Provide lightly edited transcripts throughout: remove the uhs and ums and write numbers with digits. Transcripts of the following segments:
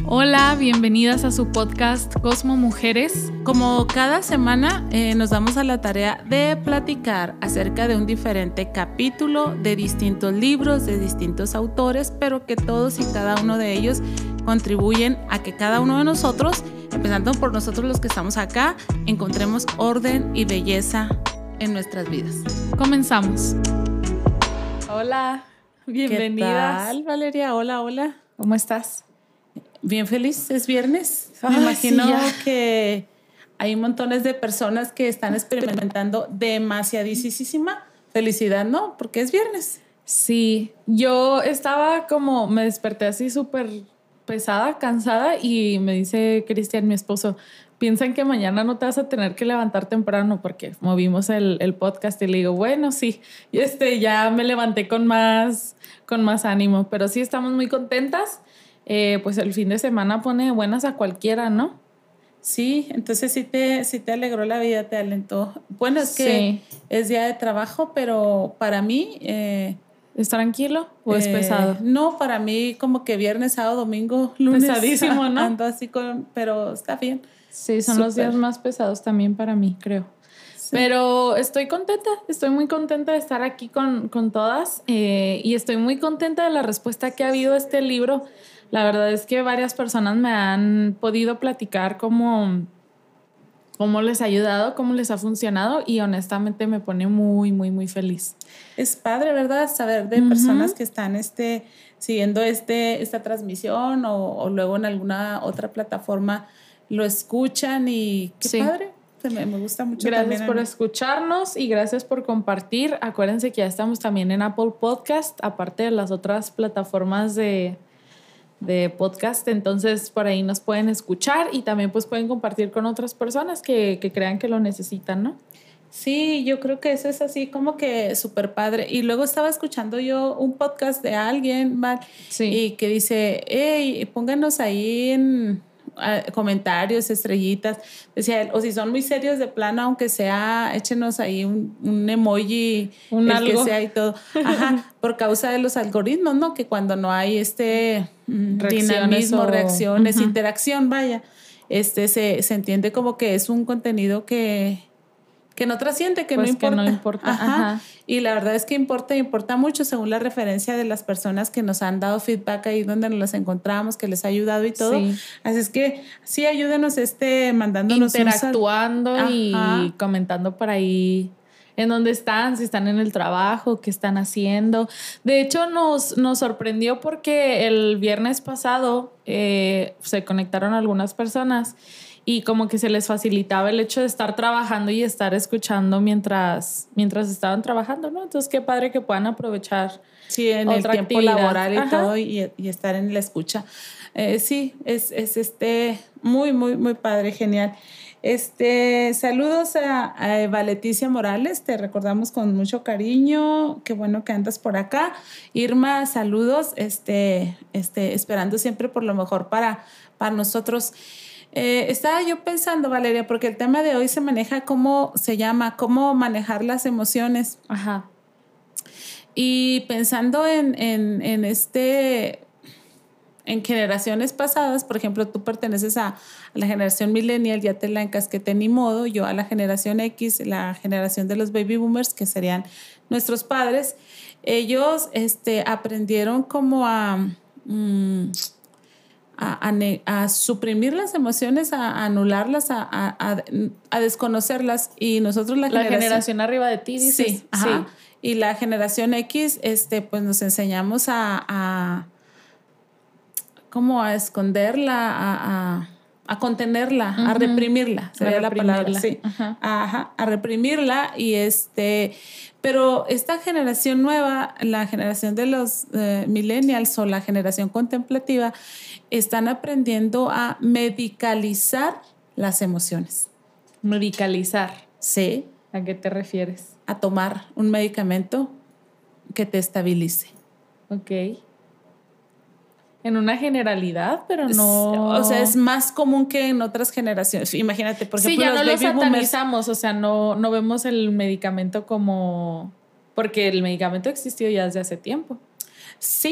Hola, bienvenidas a su podcast Cosmo Mujeres. Como cada semana nos damos a la tarea de platicar acerca de un diferente capítulo de distintos libros, de distintos autores, pero que todos y cada uno de ellos contribuyen a que cada uno de nosotros, empezando por nosotros los que estamos acá, encontremos orden y belleza en nuestras vidas. Comenzamos. Hola, bienvenidas. ¿Qué tal, Valeria? Hola. ¿Cómo estás? Bien feliz, es viernes. Me imagino que hay montones de personas que están experimentando demasiadísima felicidad, ¿no? Porque es viernes. Sí, yo estaba me desperté así súper pesada, cansada, y me dice Cristian, mi esposo, piensan que mañana no te vas a tener que levantar temprano porque movimos el podcast, y le digo, bueno, sí, y ya me levanté con más ánimo, pero sí estamos muy contentas. Pues el fin de semana pone buenas a cualquiera, ¿no? Sí, entonces sí te alegró la vida, te alentó. Bueno, es que es día de trabajo, pero para mí... ¿Es tranquilo o es pesado? No, para mí como que viernes, sábado, domingo, lunes. Pesadísimo, ¿no? Ando así pero está bien. Sí, son los días más pesados también para mí, creo. Sí. Pero estoy muy contenta de estar aquí con todas, y estoy muy contenta de la respuesta que ha habido a este libro. La verdad es que varias personas me han podido platicar cómo les ha ayudado, cómo les ha funcionado, y honestamente me pone muy, muy, muy feliz. Es padre, ¿verdad? Saber de personas que están siguiendo esta transmisión o luego en alguna otra plataforma lo escuchan, y qué padre. Me gusta mucho. Gracias por escucharnos y gracias por compartir. Acuérdense que ya estamos también en Apple Podcast, aparte de las otras plataformas de podcast, entonces por ahí nos pueden escuchar y también pues pueden compartir con otras personas que crean que lo necesitan, ¿no? Sí, yo creo que eso es así como que súper padre. Y luego estaba escuchando yo un podcast de alguien, ¿vale? Sí. Y que dice, hey, pónganos ahí en comentarios, estrellitas, decía él, o si son muy serios de plano, aunque sea, échenos ahí un emoji, algo que sea y todo. Ajá, por causa de los algoritmos, ¿no? Que cuando no hay dinamismo, reacciones, interacción, vaya, se entiende como que es un contenido que no trasciende, que pues no importa. Que no importa. Ajá. Y la verdad es que importa mucho según la referencia de las personas que nos han dado feedback ahí donde nos las encontramos, que les ha ayudado y todo. Sí. Así es que sí, ayúdenos mandándonos interactuando y comentando por ahí en dónde están, si están en el trabajo, qué están haciendo. De hecho, nos sorprendió porque el viernes pasado se conectaron algunas personas y como que se les facilitaba el hecho de estar trabajando y estar escuchando mientras estaban trabajando, ¿no? Entonces, qué padre que puedan aprovechar en el tiempo laboral y todo y estar en la escucha. Sí, es muy, muy, muy padre, genial. Saludos a Eva Leticia Morales, te recordamos con mucho cariño, qué bueno que andas por acá. Irma, saludos, esperando siempre por lo mejor para nosotros. Estaba yo pensando, Valeria, porque el tema de hoy se maneja cómo manejar las emociones. Ajá. Y pensando en generaciones pasadas, por ejemplo, tú perteneces a la generación millennial, ya te la encasqueté ni modo, yo a la generación X, la generación de los baby boomers, que serían nuestros padres. Ellos aprendieron como a suprimir las emociones, a anularlas, a desconocerlas, y nosotros la generación arriba de ti, dices. Sí, ajá. Sí. Y la generación X, pues nos enseñamos como a esconderla, a contenerla, a reprimirla, sería la palabra, sí. Ajá, a reprimirla, y pero esta generación nueva, la generación de los millennials o la generación contemplativa, están aprendiendo a medicalizar las emociones. ¿Medicalizar? Sí. ¿A qué te refieres? A tomar un medicamento que te estabilice. Ok. En una generalidad, pero no... O sea, es más común que en otras generaciones. Imagínate, por ejemplo, sí, ya no lo satanizamos, o sea, no vemos el medicamento como... Porque el medicamento existió ya desde hace tiempo. Sí,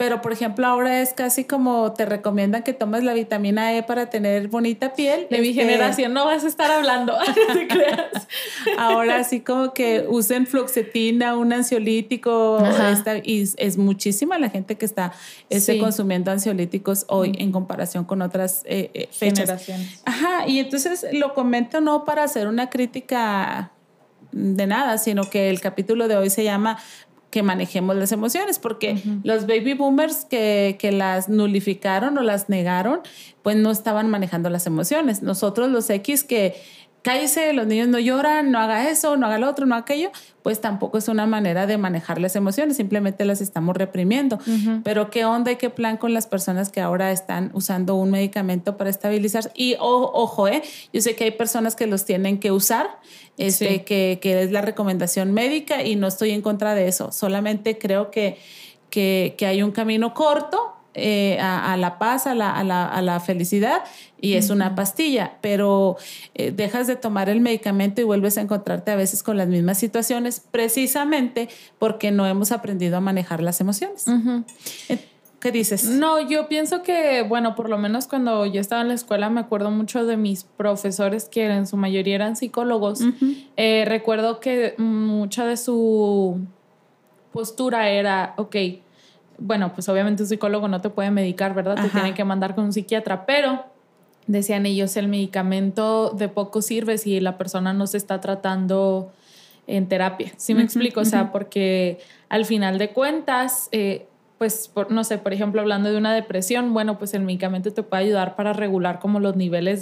pero por ejemplo ahora es casi como te recomiendan que tomes la vitamina E para tener bonita piel. De mi generación no vas a estar hablando, no te creas. Ahora así como que usen fluoxetina, un ansiolítico, y es muchísima la gente que está consumiendo ansiolíticos hoy en comparación con otras generaciones. Ajá, y entonces lo comento no para hacer una crítica de nada, sino que el capítulo de hoy se llama que manejemos las emociones, porque los baby boomers que las nulificaron o las negaron, pues no estaban manejando las emociones. Nosotros los X que cállese, los niños no lloran, no haga eso, no haga lo otro, no haga aquello, pues tampoco es una manera de manejar las emociones, simplemente las estamos reprimiendo. Pero ¿qué onda y qué plan con las personas que ahora están usando un medicamento para estabilizar? Y ojo, yo sé que hay personas que los tienen que usar, que es la recomendación médica y no estoy en contra de eso, solamente creo que hay un camino corto a la paz, a la felicidad, y es una pastilla, pero dejas de tomar el medicamento y vuelves a encontrarte a veces con las mismas situaciones precisamente porque no hemos aprendido a manejar las emociones. ¿Qué dices? No, yo pienso que, bueno, por lo menos cuando yo estaba en la escuela me acuerdo mucho de mis profesores que en su mayoría eran psicólogos. Recuerdo que mucha de su postura era, ok, bueno, pues obviamente un psicólogo no te puede medicar, ¿verdad? Te tiene que mandar con un psiquiatra, pero decían ellos, el medicamento de poco sirve si la persona no se está tratando en terapia. ¿Sí me explico? O sea, porque al final de cuentas, pues, no sé, por ejemplo, hablando de una depresión, bueno, pues el medicamento te puede ayudar para regular como los niveles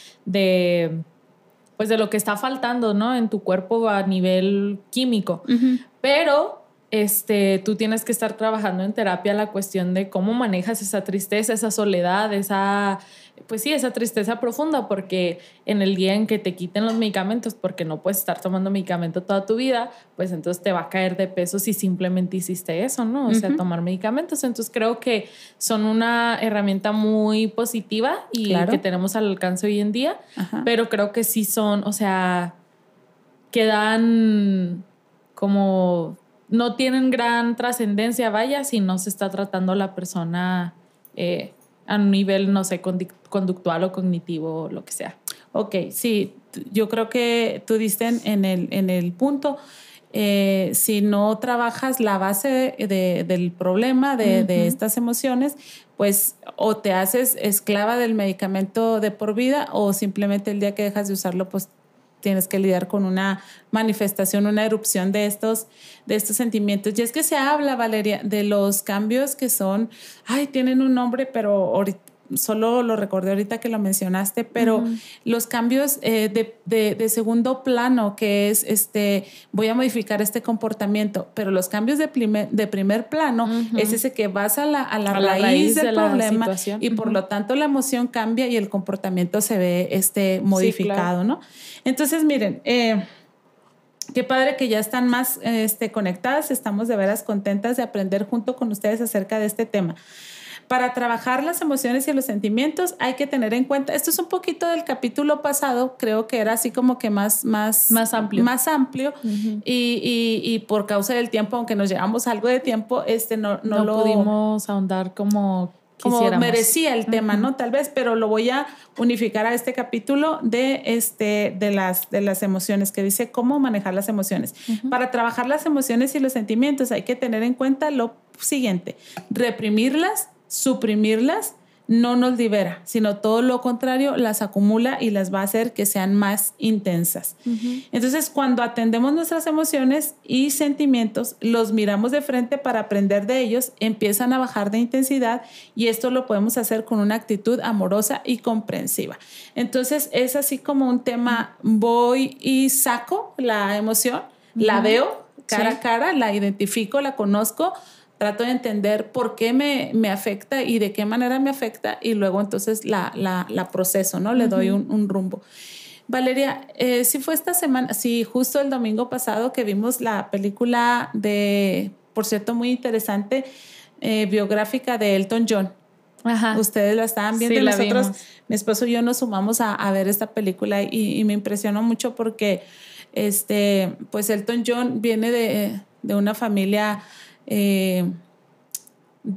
pues de lo que está faltando, ¿no? En tu cuerpo a nivel químico. Pero tú tienes que estar trabajando en terapia la cuestión de cómo manejas esa tristeza, esa soledad, esa tristeza profunda, porque en el día en que te quiten los medicamentos, porque no puedes estar tomando medicamento toda tu vida, pues entonces te va a caer de peso si simplemente hiciste eso, ¿no? O sea, tomar medicamentos. Entonces creo que son una herramienta muy positiva y que tenemos al alcance hoy en día, pero creo que sí son, o sea, que dan como... no tienen gran trascendencia, vaya, si no se está tratando la persona a un nivel, no sé, conductual o cognitivo o lo que sea. Ok, sí, yo creo que tú diste en el punto. Si no trabajas la base del problema de estas emociones, pues o te haces esclava del medicamento de por vida o simplemente el día que dejas de usarlo, pues tienes que lidiar con una manifestación, una erupción de estos sentimientos. Y es que se habla, Valeria, de los cambios que son, tienen un nombre, pero ahorita, solo lo recordé ahorita que lo mencionaste, pero los cambios de segundo plano, que es voy a modificar este comportamiento, pero los cambios de primer plano es ese que vas a la raíz del problema y por lo tanto la emoción cambia y el comportamiento se ve modificado, ¿no? Entonces, miren, qué padre que ya están más conectadas, estamos de veras contentas de aprender junto con ustedes acerca de este tema. Para trabajar las emociones y los sentimientos hay que tener en cuenta, esto es un poquito del capítulo pasado, creo que era así como que más amplio. Más amplio y por causa del tiempo, aunque nos llevamos algo de tiempo, no lo pudimos ahondar como merecía el tema, ¿no? Tal vez, pero lo voy a unificar a este capítulo de las emociones, que dice cómo manejar las emociones. Para trabajar las emociones y los sentimientos hay que tener en cuenta lo siguiente: reprimirlas, suprimirlas no nos libera, sino todo lo contrario, las acumula y las va a hacer que sean más intensas. Entonces, cuando atendemos nuestras emociones y sentimientos, los miramos de frente para aprender de ellos, empiezan a bajar de intensidad y esto lo podemos hacer con una actitud amorosa y comprensiva. Entonces, es así como un tema, voy y saco la emoción, la veo cara a cara, la identifico, la conozco, trato de entender por qué me afecta y de qué manera me afecta y luego entonces la proceso, ¿no? Le doy un rumbo. Valeria, sí fue esta semana, sí, justo el domingo pasado que vimos la película por cierto, muy interesante, biográfica de Elton John. Ustedes la estaban viendo, sí, nosotros, vimos. Mi esposo y yo nos sumamos a ver esta película y me impresionó mucho porque pues Elton John viene de una familia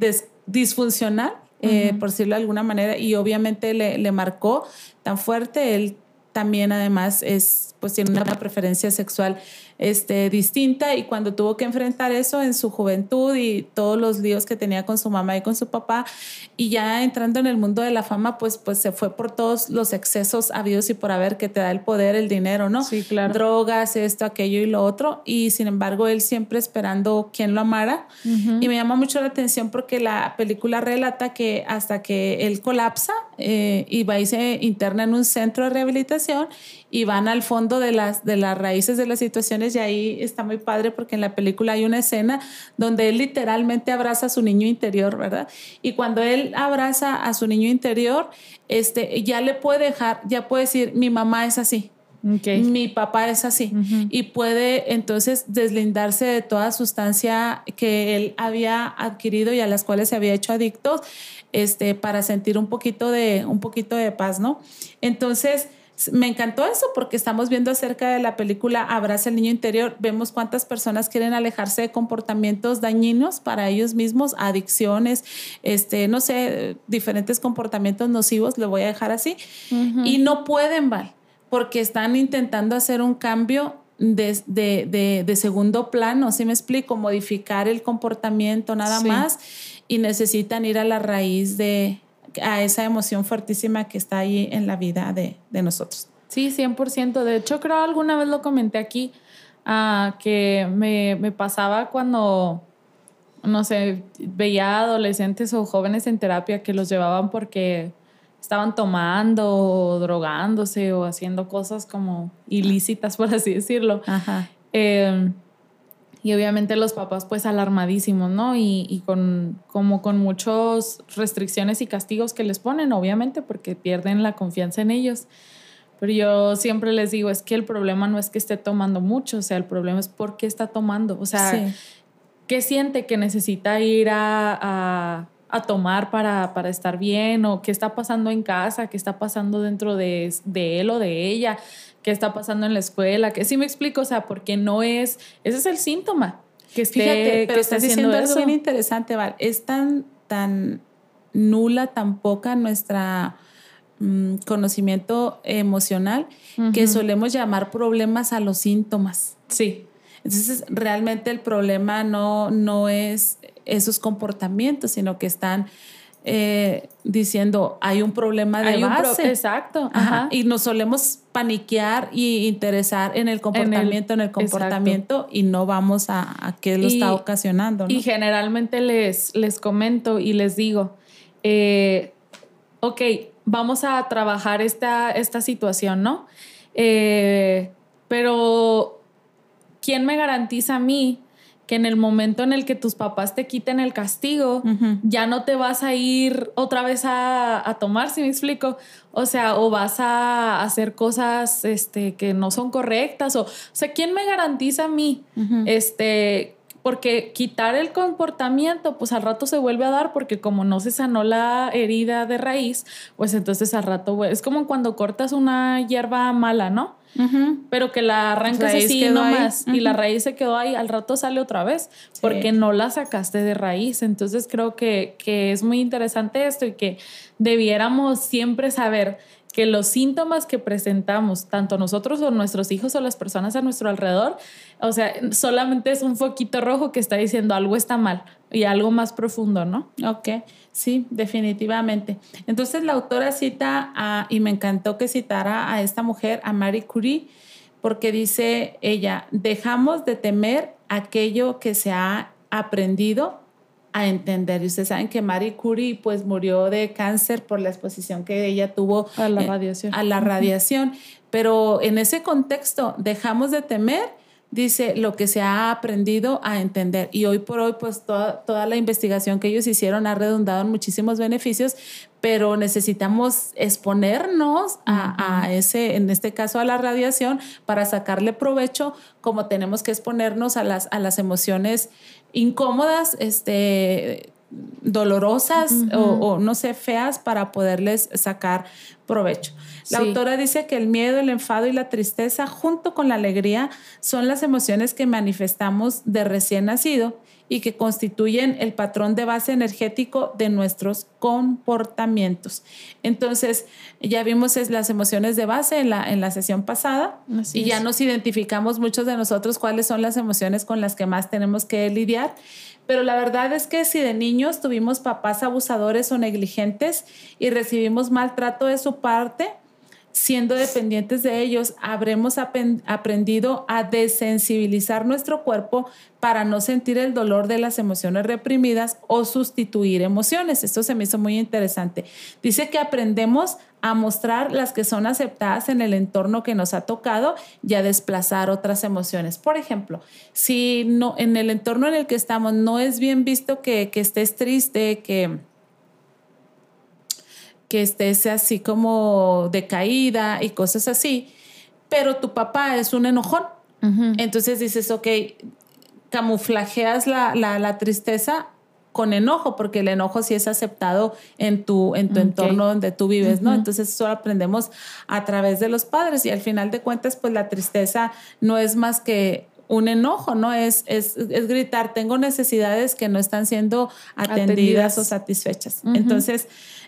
disfuncional, por decirlo de alguna manera, y obviamente le marcó tan fuerte. Él también además pues tiene una preferencia sexual distinta, y cuando tuvo que enfrentar eso en su juventud y todos los líos que tenía con su mamá y con su papá, y ya entrando en el mundo de la fama, pues se fue por todos los excesos habidos y por haber que te da el poder, el dinero, ¿no? Sí, claro. Drogas, esto, aquello y lo otro, y sin embargo él siempre esperando quien lo amara. Y me llama mucho la atención porque la película relata que hasta que él colapsa y va y se interna en un centro de rehabilitación, y van al fondo de las raíces de las situaciones, y ahí está muy padre porque en la película hay una escena donde él literalmente abraza a su niño interior, ¿verdad? Y cuando él abraza a su niño interior, ya le puede dejar, ya puede decir, mi mamá es así. Okay. Mi papá es así. Y puede entonces deslindarse de toda sustancia que él había adquirido y a las cuales se había hecho adicto, para sentir un poquito de paz, ¿no? Entonces me encantó eso porque estamos viendo acerca de la película Abraza el niño interior. Vemos cuántas personas quieren alejarse de comportamientos dañinos para ellos mismos, adicciones, no sé, diferentes comportamientos nocivos, lo voy a dejar así, y no pueden, Val, porque están intentando hacer un cambio de segundo plano, ¿sí me explico? Modificar el comportamiento nada más, y necesitan ir a la raíz a esa emoción fuertísima que está ahí en la vida de nosotros. Sí, 100%. De hecho, creo alguna vez lo comenté aquí, que me pasaba cuando, no sé, veía adolescentes o jóvenes en terapia que los llevaban porque estaban tomando o drogándose o haciendo cosas como ilícitas, por así decirlo. Ajá. Y obviamente los papás pues alarmadísimos, ¿no? Y con muchas restricciones y castigos que les ponen, obviamente, porque pierden la confianza en ellos. Pero yo siempre les digo, es que el problema no es que esté tomando mucho, o sea, el problema es por qué está tomando. O sea, ¿qué siente que necesita ir a tomar para estar bien? ¿O qué está pasando en casa? ¿Qué está pasando dentro de él o de ella? ¿Qué está pasando en la escuela? Que sí me explico, o sea, porque no es... Ese es el síntoma. Fíjate, pero estás diciendo algo bien interesante, Val. Es tan nula, tan poca nuestra conocimiento emocional que solemos llamar problemas a los síntomas. Sí. Entonces, realmente el problema no es esos comportamientos, sino que están diciendo hay un problema de base. Exacto. Ajá. Y nos solemos paniquear y interesar en el comportamiento, exacto. Y no vamos a qué lo está ocasionando, ¿no? Y generalmente les comento y les digo, ok, vamos a trabajar esta situación, ¿no? Pero ¿quién me garantiza a mí que en el momento en el que tus papás te quiten el castigo, ya no te vas a ir otra vez a tomar, ¿sí me explico? O sea, o vas a hacer cosas que no son correctas. O sea, ¿quién me garantiza a mí? Porque quitar el comportamiento, pues al rato se vuelve a dar, porque como no se sanó la herida de raíz, pues entonces al rato es como cuando cortas una hierba mala, ¿no? Pero que la arrancas así nomás y la raíz se quedó ahí, al rato sale otra vez porque no la sacaste de raíz. Entonces creo que es muy interesante esto y que debiéramos siempre saber que los síntomas que presentamos, tanto nosotros o nuestros hijos o las personas a nuestro alrededor, o sea, solamente es un foquito rojo que está diciendo algo está mal y algo más profundo, ¿no? Ok, sí, definitivamente. Entonces la autora cita, y me encantó que citara a esta mujer, a Marie Curie, porque dice ella, dejamos de temer aquello que se ha aprendido a entender. Y ustedes saben que Marie Curie pues murió de cáncer por la exposición que ella tuvo a la radiación. A la radiación. Pero en ese contexto, dejamos de temer, dice, lo que se ha aprendido a entender. Y hoy por hoy, pues toda la investigación que ellos hicieron ha redundado en muchísimos beneficios, pero necesitamos exponernos a ese, en este caso a la radiación, para sacarle provecho, como tenemos que exponernos a las emociones incómodas, dolorosas o no sé, feas, para poderles sacar provecho. La autora dice que el miedo, el enfado y la tristeza, junto con la alegría, son las emociones que manifestamos de recién nacido y que constituyen el patrón de base energético de nuestros comportamientos. Entonces, ya vimos las emociones de base en la sesión pasada. Así y es. Ya nos identificamos muchos de nosotros cuáles son las emociones con las que más tenemos que lidiar. Pero la verdad es que si de niños tuvimos papás abusadores o negligentes y recibimos maltrato de su parte, siendo dependientes de ellos, habremos aprendido a desensibilizar nuestro cuerpo para no sentir el dolor de las emociones reprimidas o sustituir emociones. Esto se me hizo muy interesante. Dice que aprendemos a mostrar las que son aceptadas en el entorno que nos ha tocado y a desplazar otras emociones. Por ejemplo, si no, en el entorno en el que estamos no es bien visto que estés triste, que estés así como decaída y cosas así, pero tu papá es un enojón. Uh-huh. Entonces dices, ok, camuflajeas la tristeza con enojo, porque el enojo sí es aceptado en tu entorno donde tú vives, ¿no? Entonces eso lo aprendemos a través de los padres y al final de cuentas, pues la tristeza no es más que un enojo, ¿no? Es gritar, tengo necesidades que no están siendo atendidas o satisfechas. Uh-huh. Entonces,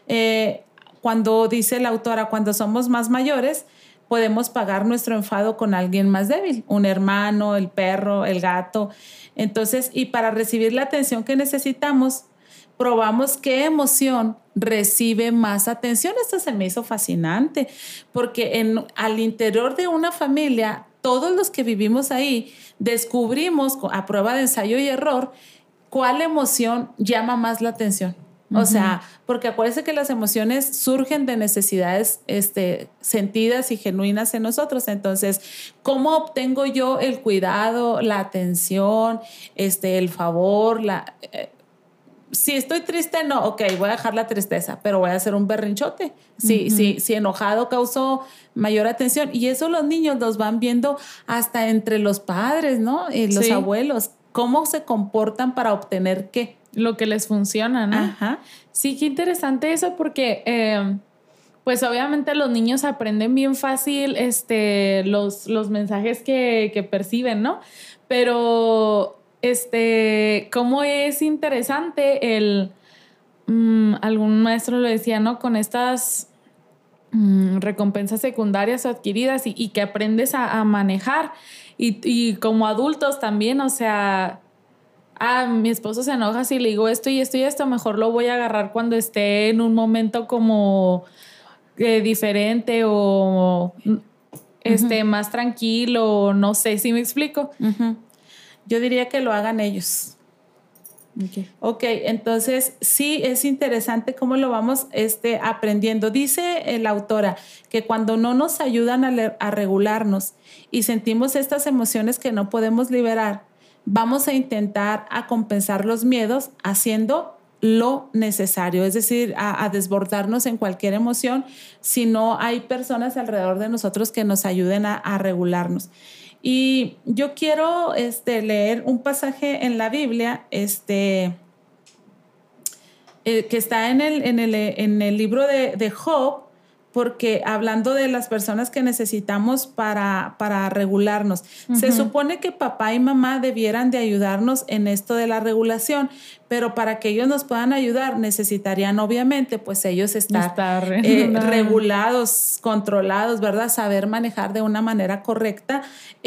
cuando dice la autora, cuando somos más mayores, podemos pagar nuestro enfado con alguien más débil, un hermano, el perro, el gato. Entonces, y para recibir la atención que necesitamos, probamos qué emoción recibe más atención. Esto se me hizo fascinante, porque al interior de una familia, todos los que vivimos ahí, descubrimos a prueba de ensayo y error cuál emoción llama más la atención. O sea, porque acuérdense que las emociones surgen de necesidades sentidas y genuinas en nosotros. Entonces, ¿cómo obtengo yo el cuidado, la atención, el favor? Si estoy triste, no, ok, voy a dejar la tristeza, pero voy a hacer un berrinchote. Si enojado causó mayor atención. Y eso los niños los van viendo hasta entre los padres, ¿no? Los abuelos. ¿Cómo se comportan para obtener qué? Lo que les funciona, ¿no? Ajá. Sí, qué interesante eso porque, pues obviamente los niños aprenden bien fácil los mensajes que perciben, ¿no? Pero, cómo es interesante algún maestro lo decía, ¿no? Con estas recompensas secundarias o adquiridas y que aprendes a manejar y como adultos también, o sea... mi esposo se enoja si le digo esto y esto y esto, mejor lo voy a agarrar cuando esté en un momento como diferente o más tranquilo, no sé si me explico. Uh-huh. Yo diría que lo hagan ellos. Ok, entonces sí es interesante cómo lo vamos aprendiendo. Dice la autora que cuando no nos ayudan a regularnos y sentimos estas emociones que no podemos liberar, vamos a intentar a compensar los miedos haciendo lo necesario, es decir, a desbordarnos en cualquier emoción si no hay personas alrededor de nosotros que nos ayuden a regularnos. Y yo quiero leer un pasaje en la Biblia que está en el libro de Job, porque hablando de las personas que necesitamos para regularnos. Uh-huh. Se supone que papá y mamá debieran de ayudarnos en esto de la regulación, pero para que ellos nos puedan ayudar necesitarían obviamente pues ellos estar regulados, controlados, ¿verdad? Saber manejar de una manera correcta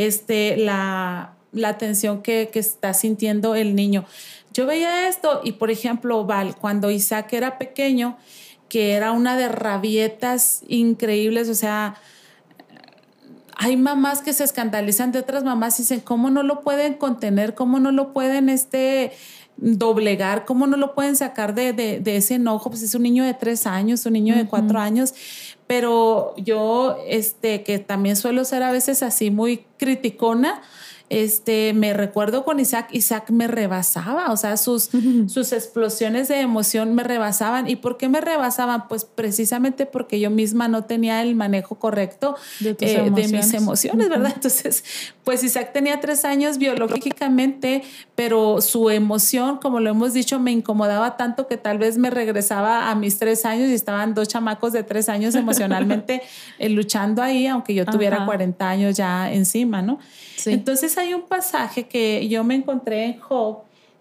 la tensión que está sintiendo el niño. Yo veía esto y, por ejemplo, Val, cuando Isaac era pequeño, que era una de rabietas increíbles, o sea, hay mamás que se escandalizan de otras mamás y dicen, ¿cómo no lo pueden contener? ¿Cómo no lo pueden doblegar? ¿Cómo no lo pueden sacar de ese enojo? Pues es un niño de 3 años, un niño de 4 años, pero yo, que también suelo ser a veces así muy criticona, me recuerdo con Isaac me rebasaba, o sea, sus explosiones de emoción me rebasaban. ¿Y por qué me rebasaban? Pues precisamente porque yo misma no tenía el manejo correcto de mis emociones, ¿verdad? Entonces, pues Isaac tenía 3 años biológicamente, pero su emoción, como lo hemos dicho, me incomodaba tanto que tal vez me regresaba a mis 3 años y estaban 2 chamacos de 3 años emocionalmente luchando ahí, aunque yo tuviera 40 años ya encima, ¿no? Sí. Entonces hay un pasaje que yo me encontré en Job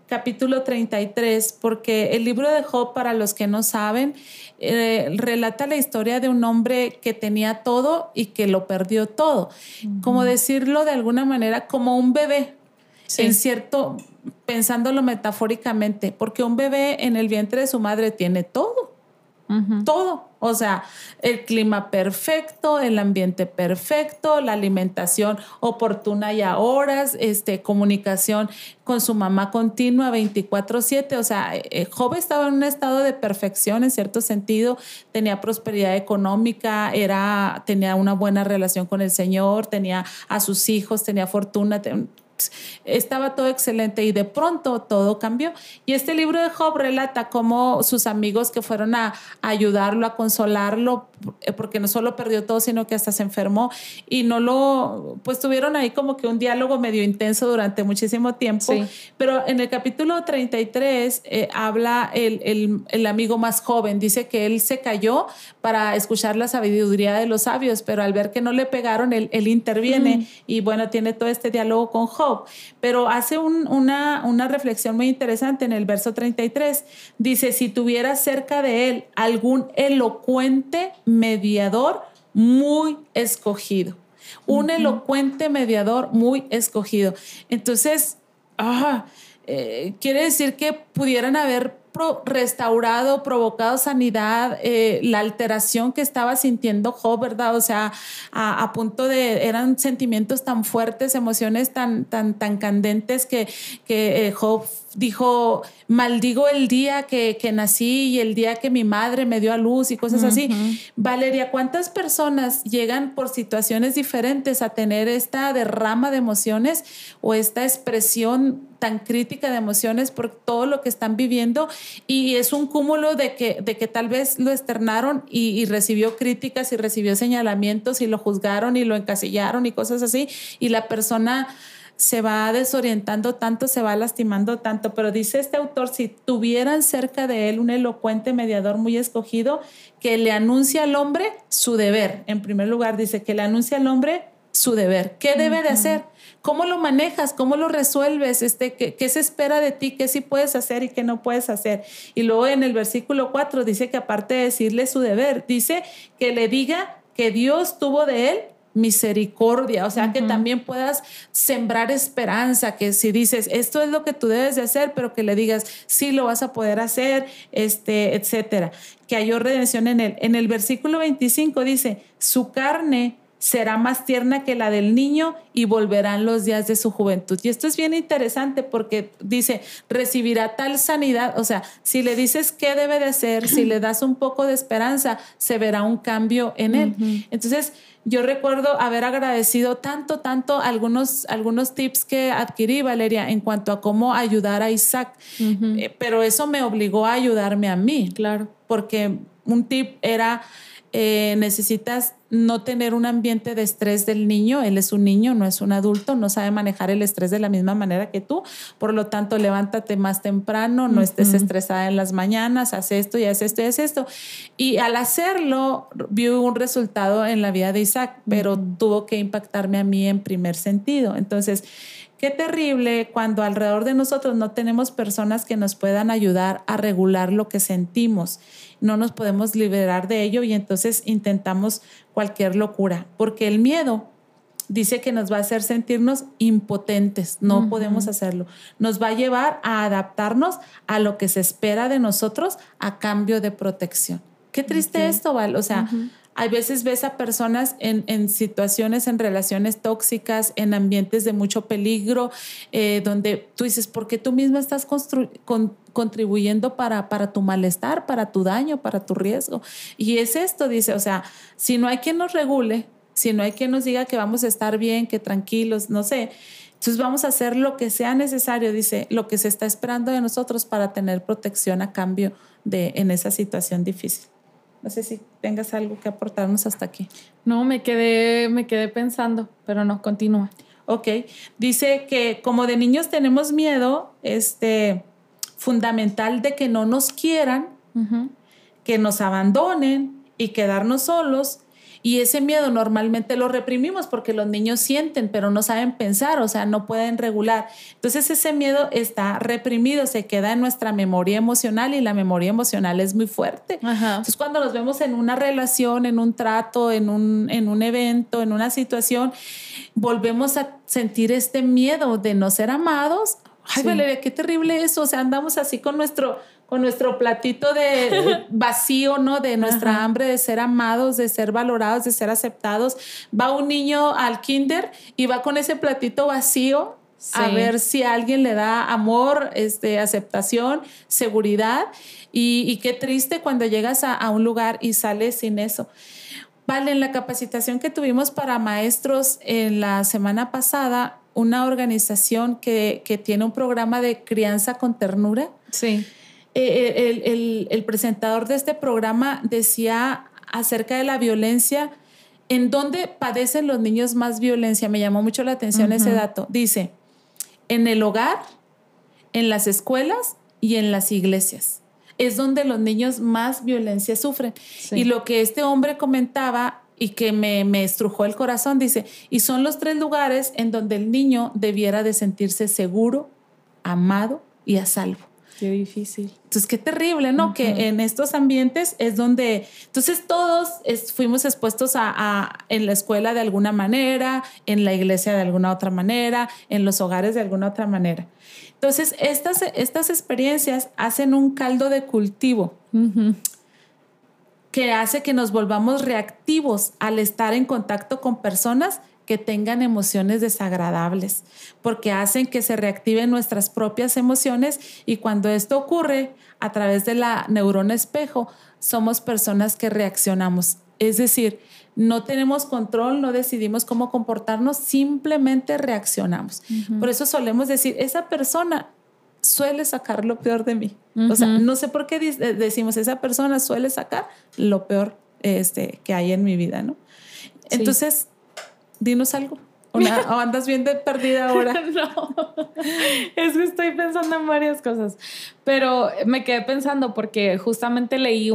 capítulo 33, porque el libro de Job, para los que no saben, relata la historia de un hombre que tenía todo y que lo perdió todo. Como decirlo de alguna manera, como un bebé, en cierto, pensándolo metafóricamente, porque un bebé en el vientre de su madre tiene todo. Todo, o sea, el clima perfecto, el ambiente perfecto, la alimentación oportuna y a horas, comunicación con su mamá continua 24/7, o sea, Job estaba en un estado de perfección en cierto sentido, tenía prosperidad económica, tenía una buena relación con el Señor, tenía a sus hijos, tenía fortuna, estaba todo excelente y de pronto todo cambió. Y este libro de Job relata cómo sus amigos que fueron a ayudarlo, a consolarlo, porque no solo perdió todo, sino que hasta se enfermó y pues tuvieron ahí como que un diálogo medio intenso durante muchísimo tiempo. Sí. Pero en el capítulo 33 habla el amigo más joven, dice que él se cayó para escuchar la sabiduría de los sabios, pero al ver que no le pegaron, él interviene y bueno, tiene todo este diálogo con Job. Pero hace una reflexión muy interesante en el verso 33. Dice, si tuviera cerca de él algún elocuente mediador muy escogido. Un elocuente mediador muy escogido. Entonces, quiere decir que pudieran haber restaurado, provocado sanidad, la alteración que estaba sintiendo Job, ¿verdad? O sea, a punto eran sentimientos tan fuertes, emociones tan candentes que Job dijo, maldigo el día que nací y el día que mi madre me dio a luz y cosas así. Valeria, ¿cuántas personas llegan por situaciones diferentes a tener esta derrama de emociones o esta expresión tan crítica de emociones por todo lo que están viviendo? Y es un cúmulo de que tal vez lo externaron y recibió críticas y recibió señalamientos y lo juzgaron y lo encasillaron y cosas así, y la persona se va desorientando tanto, se va lastimando tanto. Pero dice este autor, si tuvieran cerca de él un elocuente mediador muy escogido que le anuncia al hombre su deber. En primer lugar dice que le anuncia al hombre su deber. ¿Qué debe de hacer? ¿Cómo lo manejas? ¿Cómo lo resuelves? ¿Qué se espera de ti? ¿Qué sí puedes hacer y qué no puedes hacer? Y luego en el versículo 4 dice que aparte de decirle su deber, dice que le diga que Dios tuvo de él misericordia, o sea, que también puedas sembrar esperanza, que si dices, esto es lo que tú debes de hacer, pero que le digas, sí lo vas a poder hacer, etcétera, que halló redención en él. En el versículo 25 dice, su carne será más tierna que la del niño y volverán los días de su juventud. Y esto es bien interesante porque dice, recibirá tal sanidad, o sea, si le dices qué debe de hacer, si le das un poco de esperanza, se verá un cambio en él. Entonces, yo recuerdo haber agradecido tanto algunos tips que adquirí, Valeria, en cuanto a cómo ayudar a Isaac, pero eso me obligó a ayudarme a mí. Claro. Porque un tip era, necesitas no tener un ambiente de estrés del niño. Él es un niño, no es un adulto, no sabe manejar el estrés de la misma manera que tú. Por lo tanto, levántate más temprano, no estés estresada en las mañanas, haz esto y haz esto y haz esto. Y al hacerlo, vi un resultado en la vida de Isaac, pero tuvo que impactarme a mí en primer sentido. Entonces, qué terrible cuando alrededor de nosotros no tenemos personas que nos puedan ayudar a regular lo que sentimos. No nos podemos liberar de ello y entonces intentamos cualquier locura, porque el miedo dice que nos va a hacer sentirnos impotentes, no podemos hacerlo. Nos va a llevar a adaptarnos a lo que se espera de nosotros a cambio de protección. Qué triste esto, Val. O sea, hay veces ves a personas en situaciones, en relaciones tóxicas, en ambientes de mucho peligro, donde tú dices, ¿por qué tú misma estás contribuyendo para tu malestar, para tu daño, para tu riesgo? Y es esto, dice, o sea, si no hay quien nos regule, si no hay quien nos diga que vamos a estar bien, que tranquilos, no sé, entonces vamos a hacer lo que sea necesario, dice, lo que se está esperando de nosotros para tener protección a cambio en esa situación difícil. No sé si tengas algo que aportarnos hasta aquí. No, me quedé pensando, pero no, continúa. Ok, dice que como de niños tenemos miedo, fundamental de que no nos quieran, que nos abandonen y quedarnos solos. Y ese miedo normalmente lo reprimimos porque los niños sienten, pero no saben pensar, o sea, no pueden regular. Entonces ese miedo está reprimido, se queda en nuestra memoria emocional y la memoria emocional es muy fuerte. Ajá. Entonces cuando nos vemos en una relación, en un trato, en un evento, en una situación, volvemos a sentir este miedo de no ser amados. Ay, sí. Valeria, qué terrible eso. O sea, andamos así con nuestro platito de vacío, ¿no? De nuestra hambre de ser amados, de ser valorados, de ser aceptados. Va un niño al kinder y va con ese platito vacío a ver si alguien le da amor, aceptación, seguridad. Y qué triste cuando llegas a un lugar y sales sin eso. Vale, en la capacitación que tuvimos para maestros en la semana pasada, una organización que tiene un programa de crianza con ternura. Sí. El presentador de este programa decía acerca de la violencia, en dónde padecen los niños más violencia. Me llamó mucho la atención ese dato. Dice, en el hogar, en las escuelas y en las iglesias. Es donde los niños más violencia sufren. Sí. Y lo que este hombre comentaba y que me estrujó el corazón, dice, y son los 3 lugares en donde el niño debiera de sentirse seguro, amado y a salvo. Qué difícil. Entonces, qué terrible, ¿no? Que en estos ambientes es donde... Entonces, todos fuimos expuestos en la escuela de alguna manera, en la iglesia de alguna otra manera, en los hogares de alguna otra manera. Entonces, estas experiencias hacen un caldo de cultivo que hace que nos volvamos reactivos al estar en contacto con personas que tengan emociones desagradables, porque hacen que se reactiven nuestras propias emociones, y cuando esto ocurre a través de la neurona espejo, somos personas que reaccionamos. Es decir, no tenemos control, no decidimos cómo comportarnos, simplemente reaccionamos. Por eso solemos decir, esa persona suele sacar lo peor de mí. O sea, no sé por qué decimos, esa persona suele sacar lo peor que hay en mi vida, ¿no? Entonces, dinos algo. ¿O andas bien perdida ahora? No, es que estoy pensando en varias cosas. Pero me quedé pensando porque justamente leí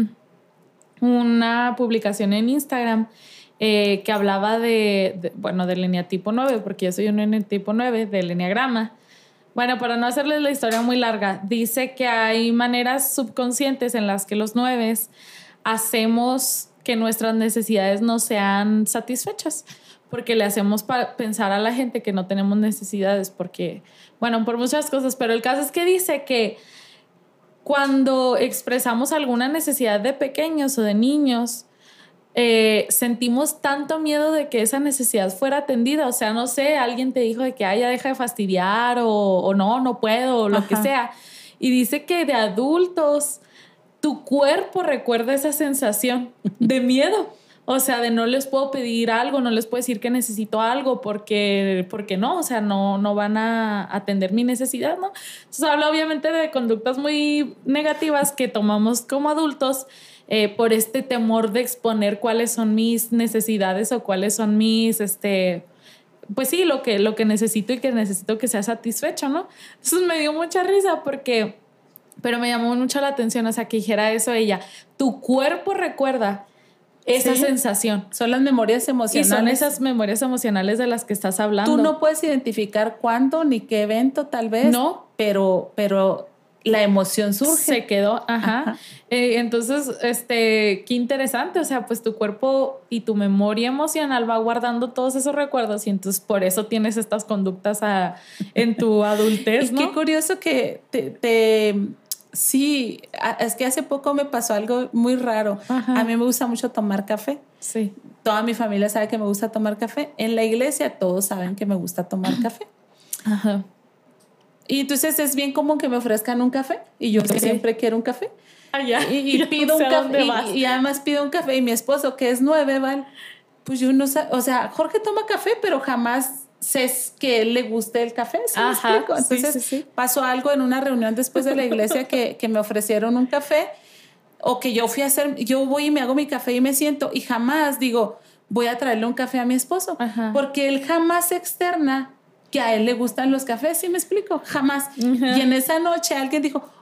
una publicación en Instagram que hablaba del eneatipo 9, porque yo soy un eneatipo 9 del eneagrama. Bueno, para no hacerles la historia muy larga, dice que hay maneras subconscientes en las que los 9 hacemos que nuestras necesidades no sean satisfechas, porque le hacemos pensar a la gente que no tenemos necesidades, porque, bueno, por muchas cosas, pero el caso es que dice que cuando expresamos alguna necesidad de pequeños o de niños, sentimos tanto miedo de que esa necesidad fuera atendida. O sea, no sé, alguien te dijo de que ya deja de fastidiar o no puedo, o lo que sea. Y dice que de adultos tu cuerpo recuerda esa sensación de miedo. O sea, de no les puedo pedir algo, no les puedo decir que necesito algo porque no, o sea, no van a atender mi necesidad, ¿no? Entonces habla obviamente de conductas muy negativas que tomamos como adultos por este temor de exponer cuáles son mis necesidades o cuáles son mis, pues sí, lo que necesito y que necesito que sea satisfecho, ¿no? Entonces me dio mucha risa pero me llamó mucho la atención, o sea, que dijera eso ella, tu cuerpo recuerda esa sensación. Son las memorias emocionales. Y son esas memorias emocionales de las que estás hablando. Tú no puedes identificar cuándo ni qué evento tal vez. No. Pero la emoción surge. Se quedó, ajá. Entonces, qué interesante. O sea, pues tu cuerpo y tu memoria emocional va guardando todos esos recuerdos y entonces por eso tienes estas conductas en tu adultez, ¿no? Qué curioso que sí, es que hace poco me pasó algo muy raro. Ajá. A mí me gusta mucho tomar café. Sí. Toda mi familia sabe que me gusta tomar café. En la iglesia todos saben que me gusta tomar café. Ajá. Y entonces es bien común que me ofrezcan un café y yo siempre quiero un café. Y pido un café y además pido un café y mi esposo, que es 9, ¿vale? Pues yo no sé, o sea, Jorge toma café, pero jamás sé que él le guste el café, ¿sí me explico? Entonces pasó algo en una reunión después de la iglesia que me ofrecieron un café o que yo voy y me hago mi café y me siento y jamás digo, voy a traerle un café a mi esposo. Ajá. Porque él jamás externa que a él le gustan los cafés, ¿sí me explico? Jamás. Ajá. Y en esa noche alguien dijo,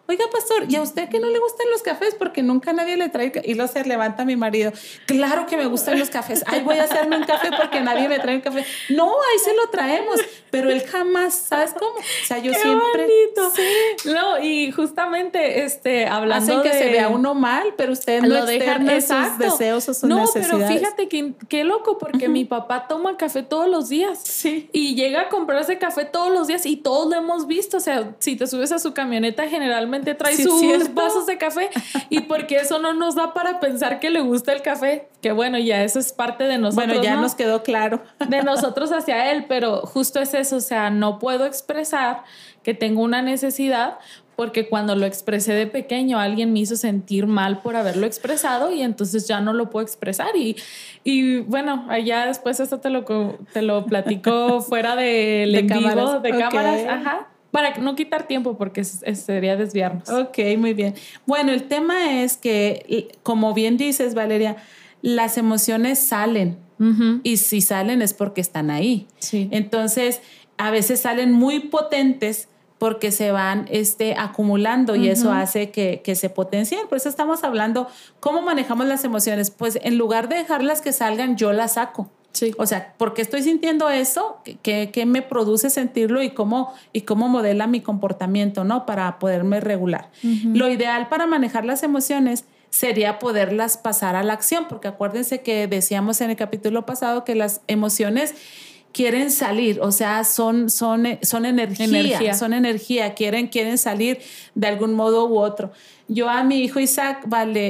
oiga, pastor, ¿y a usted que no le gustan los cafés? Porque nunca nadie le trae. Y luego se levanta mi marido. Claro que me gustan los cafés. Ay, voy a hacerme un café porque nadie me trae un café. No, ahí se lo traemos. Pero él jamás, ¿sabes cómo? O sea, yo ¡Qué siempre... bonito! Sí. No, y justamente hacen hablando que se vea uno mal, pero ustedes no externan sus deseos o sus necesidades. No, pero fíjate qué loco, porque mi papá toma café todos los días. Sí. Y llega a comprarse café todos los días y todos lo hemos visto. O sea, si te subes a su camioneta, generalmente trae sus vasos de café. Y porque eso no nos da para pensar que le gusta el café. Que bueno, ya eso es parte de nosotros. Bueno, ya nos quedó claro. De nosotros hacia él, pero justo es eso. O sea, no puedo expresar que tengo una necesidad porque cuando lo expresé de pequeño alguien me hizo sentir mal por haberlo expresado y entonces ya no lo puedo expresar y bueno, allá después esto te lo platico fuera del en vivo, de cámaras, ajá, para no quitar tiempo porque sería desviarnos. Ok, muy bien. Bueno, el tema es que, como bien dices, Valeria, las emociones salen y si salen es porque están ahí. Sí. Entonces, a veces salen muy potentes porque se van acumulando y eso hace que se potencien. Por eso estamos hablando, ¿cómo manejamos las emociones? Pues en lugar de dejarlas que salgan, yo las saco. Sí. O sea, ¿por qué estoy sintiendo eso? ¿Qué me produce sentirlo y cómo modela mi comportamiento, ¿no? Para poderme regular. Lo ideal para manejar las emociones sería poderlas pasar a la acción, porque acuérdense que decíamos en el capítulo pasado que las emociones quieren salir, o sea, son energía, son energía, quieren salir de algún modo u otro. Yo a mi hijo Isaac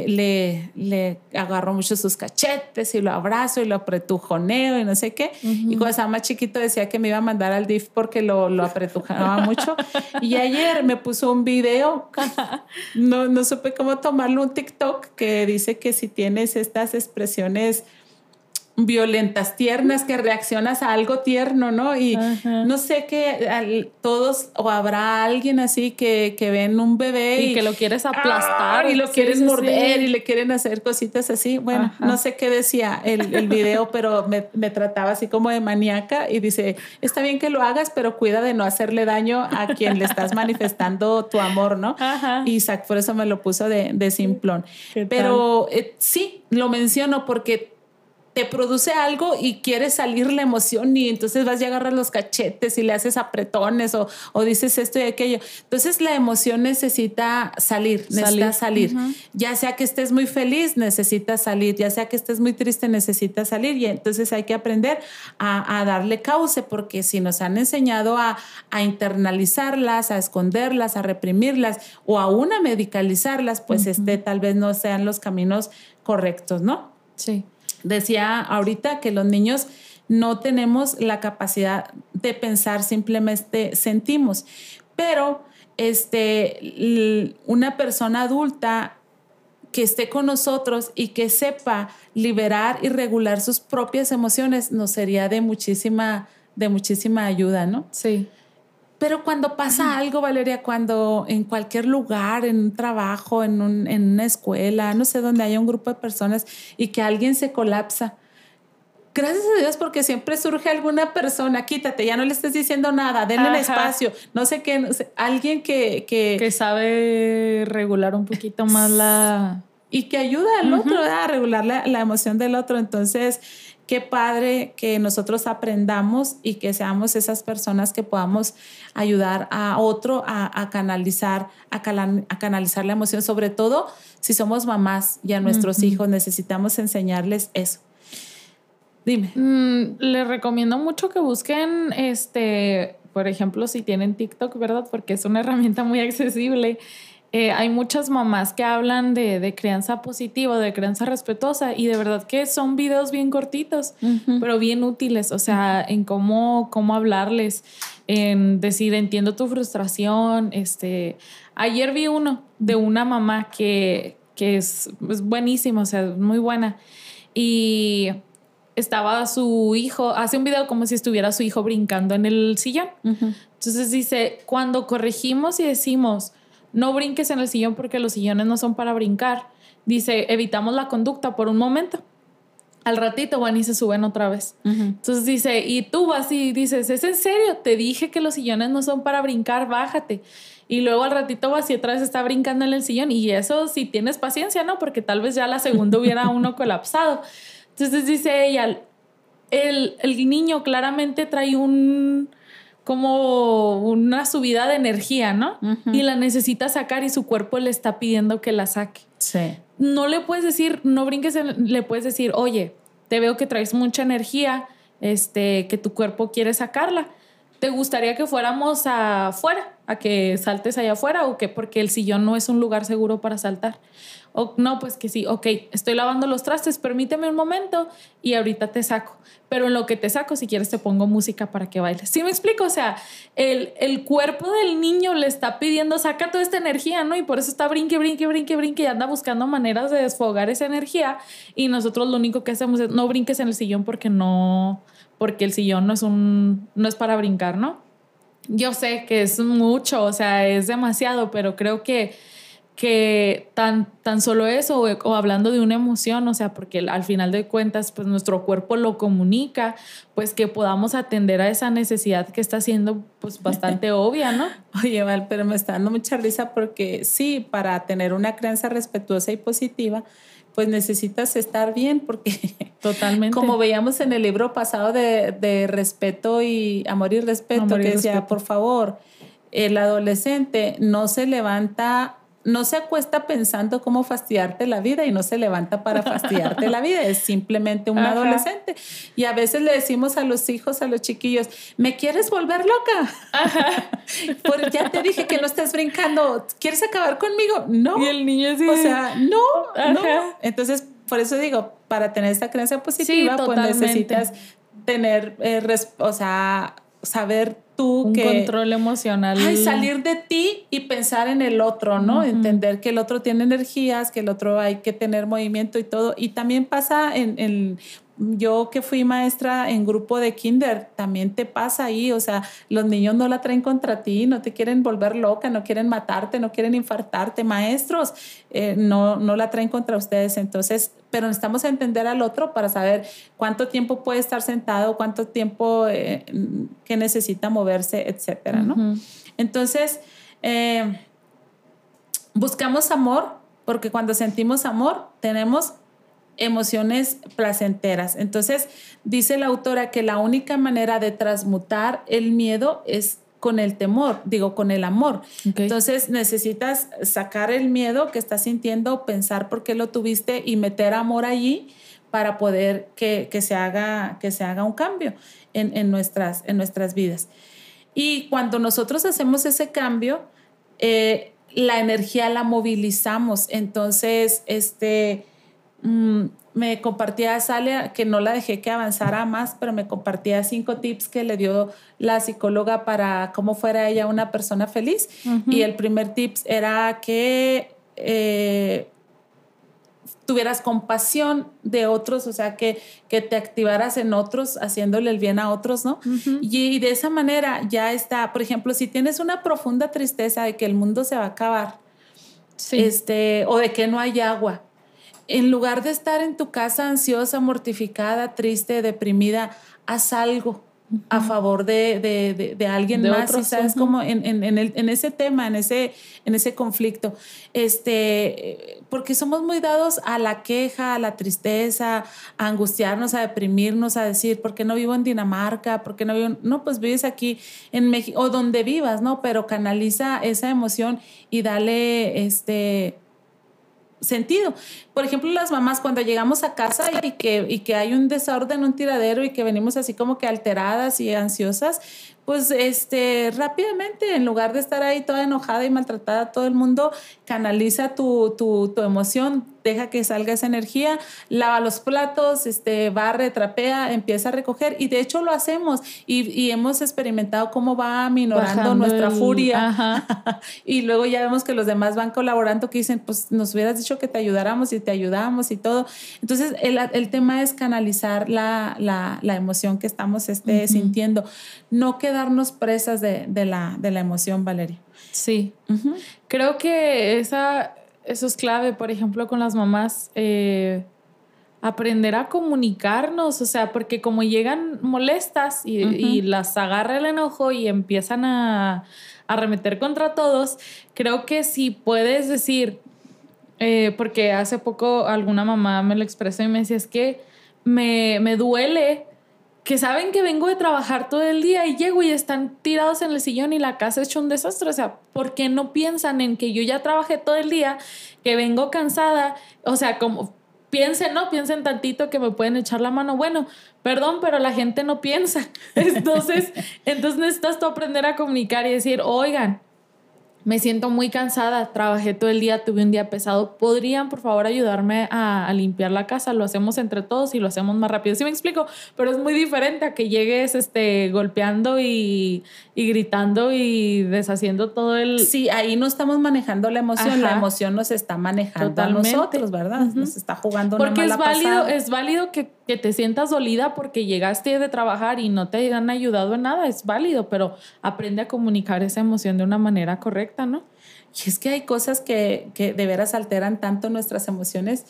le agarro mucho sus cachetes y lo abrazo y lo apretujoneo y no sé qué. Y cuando estaba más chiquito decía que me iba a mandar al DIF porque lo apretujonaba mucho. Y ayer me puso un video, no supe cómo tomarlo, un TikTok que dice que si tienes estas expresiones violentas, tiernas, que reaccionas a algo tierno, ¿no? Y no sé que todos, o habrá alguien así que ven un bebé y que lo quieres aplastar y lo quieres morder y le quieren hacer cositas así. Bueno, no sé qué decía el video, pero me trataba así como de maníaca y dice, está bien que lo hagas, pero cuida de no hacerle daño a quien le estás manifestando tu amor, ¿no? Y Isaac por eso me lo puso de simplón. Pero sí, lo menciono porque te produce algo y quieres salir la emoción y entonces vas y agarras los cachetes y le haces apretones o dices esto y aquello. Entonces la emoción necesita salir. Ya sea que estés muy feliz, necesitas salir. Ya sea que estés muy triste, necesitas salir. Y entonces hay que aprender a darle cauce, porque si nos han enseñado a internalizarlas, a esconderlas, a reprimirlas o aún a medicalizarlas, pues tal vez no sean los caminos correctos, ¿no? Sí. Decía ahorita que los niños no tenemos la capacidad de pensar, simplemente sentimos. Pero una persona adulta que esté con nosotros y que sepa liberar y regular sus propias emociones nos sería de muchísima ayuda, ¿no? Sí. Pero cuando pasa algo, Valeria, cuando en cualquier lugar, en un trabajo, en una escuela, no sé, donde haya un grupo de personas y que alguien se colapsa, gracias a Dios porque siempre surge alguna persona, quítate, ya no le estés diciendo nada, denle el espacio, no sé qué, alguien que sabe regular un poquito más y que ayuda al otro a regular la emoción del otro. Entonces, qué padre que nosotros aprendamos y que seamos esas personas que podamos ayudar a otro a canalizar la emoción, sobre todo si somos mamás y a nuestros hijos necesitamos enseñarles eso. Dime. Les recomiendo mucho que busquen, por ejemplo, si tienen TikTok, ¿verdad? Porque es una herramienta muy accesible. Hay muchas mamás que hablan de crianza positiva, de crianza respetuosa, y de verdad que son videos bien cortitos, pero bien útiles, o sea, en cómo hablarles, en decir, entiendo tu frustración. Ayer vi uno de una mamá que es buenísimo, o sea, muy buena, y estaba su hijo, hace un video como si estuviera su hijo brincando en el sillón. Entonces dice, cuando corregimos y decimos, no brinques en el sillón porque los sillones no son para brincar, dice, evitamos la conducta por un momento. Al ratito van y se suben otra vez. Entonces dice, y tú vas y dices, ¿es en serio? Te dije que los sillones no son para brincar, bájate. Y luego al ratito vas y otra vez está brincando en el sillón. Y eso si tienes paciencia, ¿no? Porque tal vez ya la segunda hubiera uno colapsado. Entonces dice ella, el niño claramente trae como una subida de energía, ¿no? Y la necesita sacar y su cuerpo le está pidiendo que la saque. Sí. No le puedes decir, no brinques, le puedes decir, oye, te veo que traes mucha energía, que tu cuerpo quiere sacarla. ¿Te gustaría que fuéramos afuera, a que saltes allá afuera o qué? Porque el sillón no es un lugar seguro para saltar. O no, pues que sí, ok, estoy lavando los trastes, permíteme un momento y ahorita te saco. Pero en lo que te saco, si quieres, te pongo música para que bailes. ¿Sí me explico? O sea, el cuerpo del niño le está pidiendo, saca toda esta energía, ¿no? Y por eso está brinque y anda buscando maneras de desfogar esa energía. Y nosotros lo único que hacemos es no brinques en el sillón porque el sillón no es para brincar, ¿no? Yo sé que es mucho, o sea, es demasiado, pero creo que tan solo eso o hablando de una emoción, o sea, porque al final de cuentas, pues nuestro cuerpo lo comunica, pues que podamos atender a esa necesidad que está siendo pues bastante obvia, ¿no? Oye, Val, pero me está dando mucha risa porque sí, para tener una crianza respetuosa y positiva, pues necesitas estar bien porque totalmente, como veíamos en el libro pasado de respeto y amor y respeto, que decía, por favor, el adolescente no se acuesta pensando cómo fastidiarte la vida y no se levanta para fastidiarte la vida, es simplemente un adolescente. Y a veces le decimos a los hijos, a los chiquillos, ¿me quieres volver loca? Porque ya te dije que no estés brincando, ¿quieres acabar conmigo? No. Y el niño sí. O sea, no. Entonces, por eso digo, para tener esta creencia positiva, sí, pues necesitas tener, saber tú un control emocional. Salir de ti y pensar en el otro, ¿no? Entender que el otro tiene energías, que el otro hay que tener movimiento y todo. Y también pasa yo que fui maestra en grupo de kinder, también te pasa ahí, o sea, los niños no la traen contra ti, no te quieren volver loca, no quieren matarte, no quieren infartarte, maestros, no la traen contra ustedes, entonces, pero necesitamos entender al otro para saber cuánto tiempo puede estar sentado, cuánto tiempo que necesita moverse, etcétera, ¿no? Entonces, buscamos amor, porque cuando sentimos amor, tenemos emociones placenteras. Entonces, dice la autora que la única manera de transmutar el miedo es con el temor, con el amor. Okay. Entonces, necesitas sacar el miedo que estás sintiendo, pensar por qué lo tuviste y meter amor allí para poder que se haga un cambio en nuestras vidas. Y cuando nosotros hacemos ese cambio, la energía la movilizamos. Entonces, me compartía Salia, que no la dejé que avanzara más, pero me compartía 5 tips que le dio la psicóloga para cómo fuera ella una persona feliz. Y el primer tip era que tuvieras compasión de otros, o sea, que te activaras en otros, haciéndole el bien a otros, ¿no? Y de esa manera ya está. Por ejemplo, si tienes una profunda tristeza de que el mundo se va a acabar, sí, o de que no hay agua, en lugar de estar en tu casa ansiosa, mortificada, triste, deprimida, haz algo a favor de alguien de más, otros, ¿sabes? Como en ese tema, en ese conflicto. Porque somos muy dados a la queja, a la tristeza, a angustiarnos, a deprimirnos, a decir, ¿por qué no vivo en Dinamarca? ¿Por qué no vivo? No, pues vives aquí en México, o donde vivas, ¿no? Pero canaliza esa emoción y dale sentido. Por ejemplo, las mamás cuando llegamos a casa y que hay un desorden, un tiradero y que venimos así como que alteradas y ansiosas, pues rápidamente, en lugar de estar ahí toda enojada y maltratada a todo el mundo, canaliza tu emoción, deja que salga esa energía, lava los platos, barre, trapea, empieza a recoger, y de hecho lo hacemos y hemos experimentado cómo va minorando nuestra furia. Y luego ya vemos que los demás van colaborando, que dicen, pues nos hubieras dicho que te ayudáramos y te ayudamos y todo. Entonces el tema es canalizar la emoción que estamos sintiendo, no quedarnos presas de la emoción, Valeria. Sí. Creo que eso es clave, por ejemplo, con las mamás. aprender a comunicarnos, o sea, porque como llegan molestas y las agarra el enojo y empiezan a arremeter contra todos, creo que si puedes decir, porque hace poco alguna mamá me lo expresó y me decía, es que me duele que saben que vengo de trabajar todo el día y llego y están tirados en el sillón y la casa hecho un desastre. O sea, ¿por qué no piensan en que yo ya trabajé todo el día, que vengo cansada? O sea, como piensen tantito que me pueden echar la mano. Bueno, perdón, pero la gente no piensa. Entonces necesitas tú aprender a comunicar y decir, oigan, me siento muy cansada, trabajé todo el día, tuve un día pesado. ¿Podrían, por favor, ayudarme a limpiar la casa? Lo hacemos entre todos y lo hacemos más rápido. Sí me explico, pero es muy diferente a que llegues golpeando y gritando y deshaciendo todo el... Sí, ahí no estamos manejando la emoción. Ajá. La emoción nos está manejando totalmente a nosotros, ¿verdad? Nos está jugando una mala pasada. Porque es válido que te sientas dolida porque llegaste de trabajar y no te han ayudado en nada. Es válido, pero aprende a comunicar esa emoción de una manera correcta, ¿no? Y es que hay cosas que de veras alteran tanto nuestras emociones.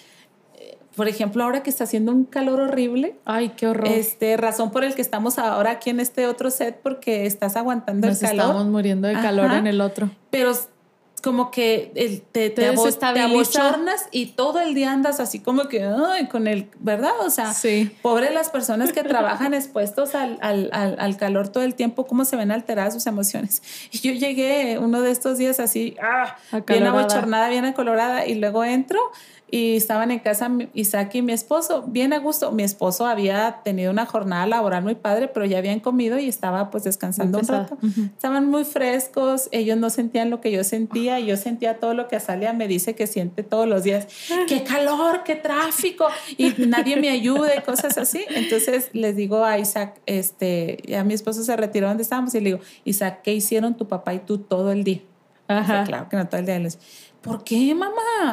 Por ejemplo, ahora que está haciendo un calor horrible. Ay, qué horror. Razón por el que estamos ahora aquí en este otro set, porque estás aguantando el calor. Nos estamos muriendo de calor en el otro. Pero como que te abochornas y todo el día andas así como que, ay, con el, ¿verdad? O sea, sí. Pobre las personas que trabajan expuestos al calor todo el tiempo, cómo se ven alteradas sus emociones. Y yo llegué uno de estos días así, bien abochornada, bien acolorada, y luego entro y estaban en casa Isaac y mi esposo, bien a gusto. Mi esposo había tenido una jornada laboral muy padre, pero ya habían comido y estaba pues descansando un rato. Estaban muy frescos, ellos no sentían lo que yo sentía y yo sentía todo lo que Azalia me dice que siente todos los días. ¡Qué calor, qué tráfico! Y nadie me ayuda y cosas así. Entonces les digo a Isaac, ya mi esposo se retiró donde estábamos y le digo, Isaac, ¿qué hicieron tu papá y tú todo el día? Ajá. Claro que no todo el día. ¿Por qué, mamá?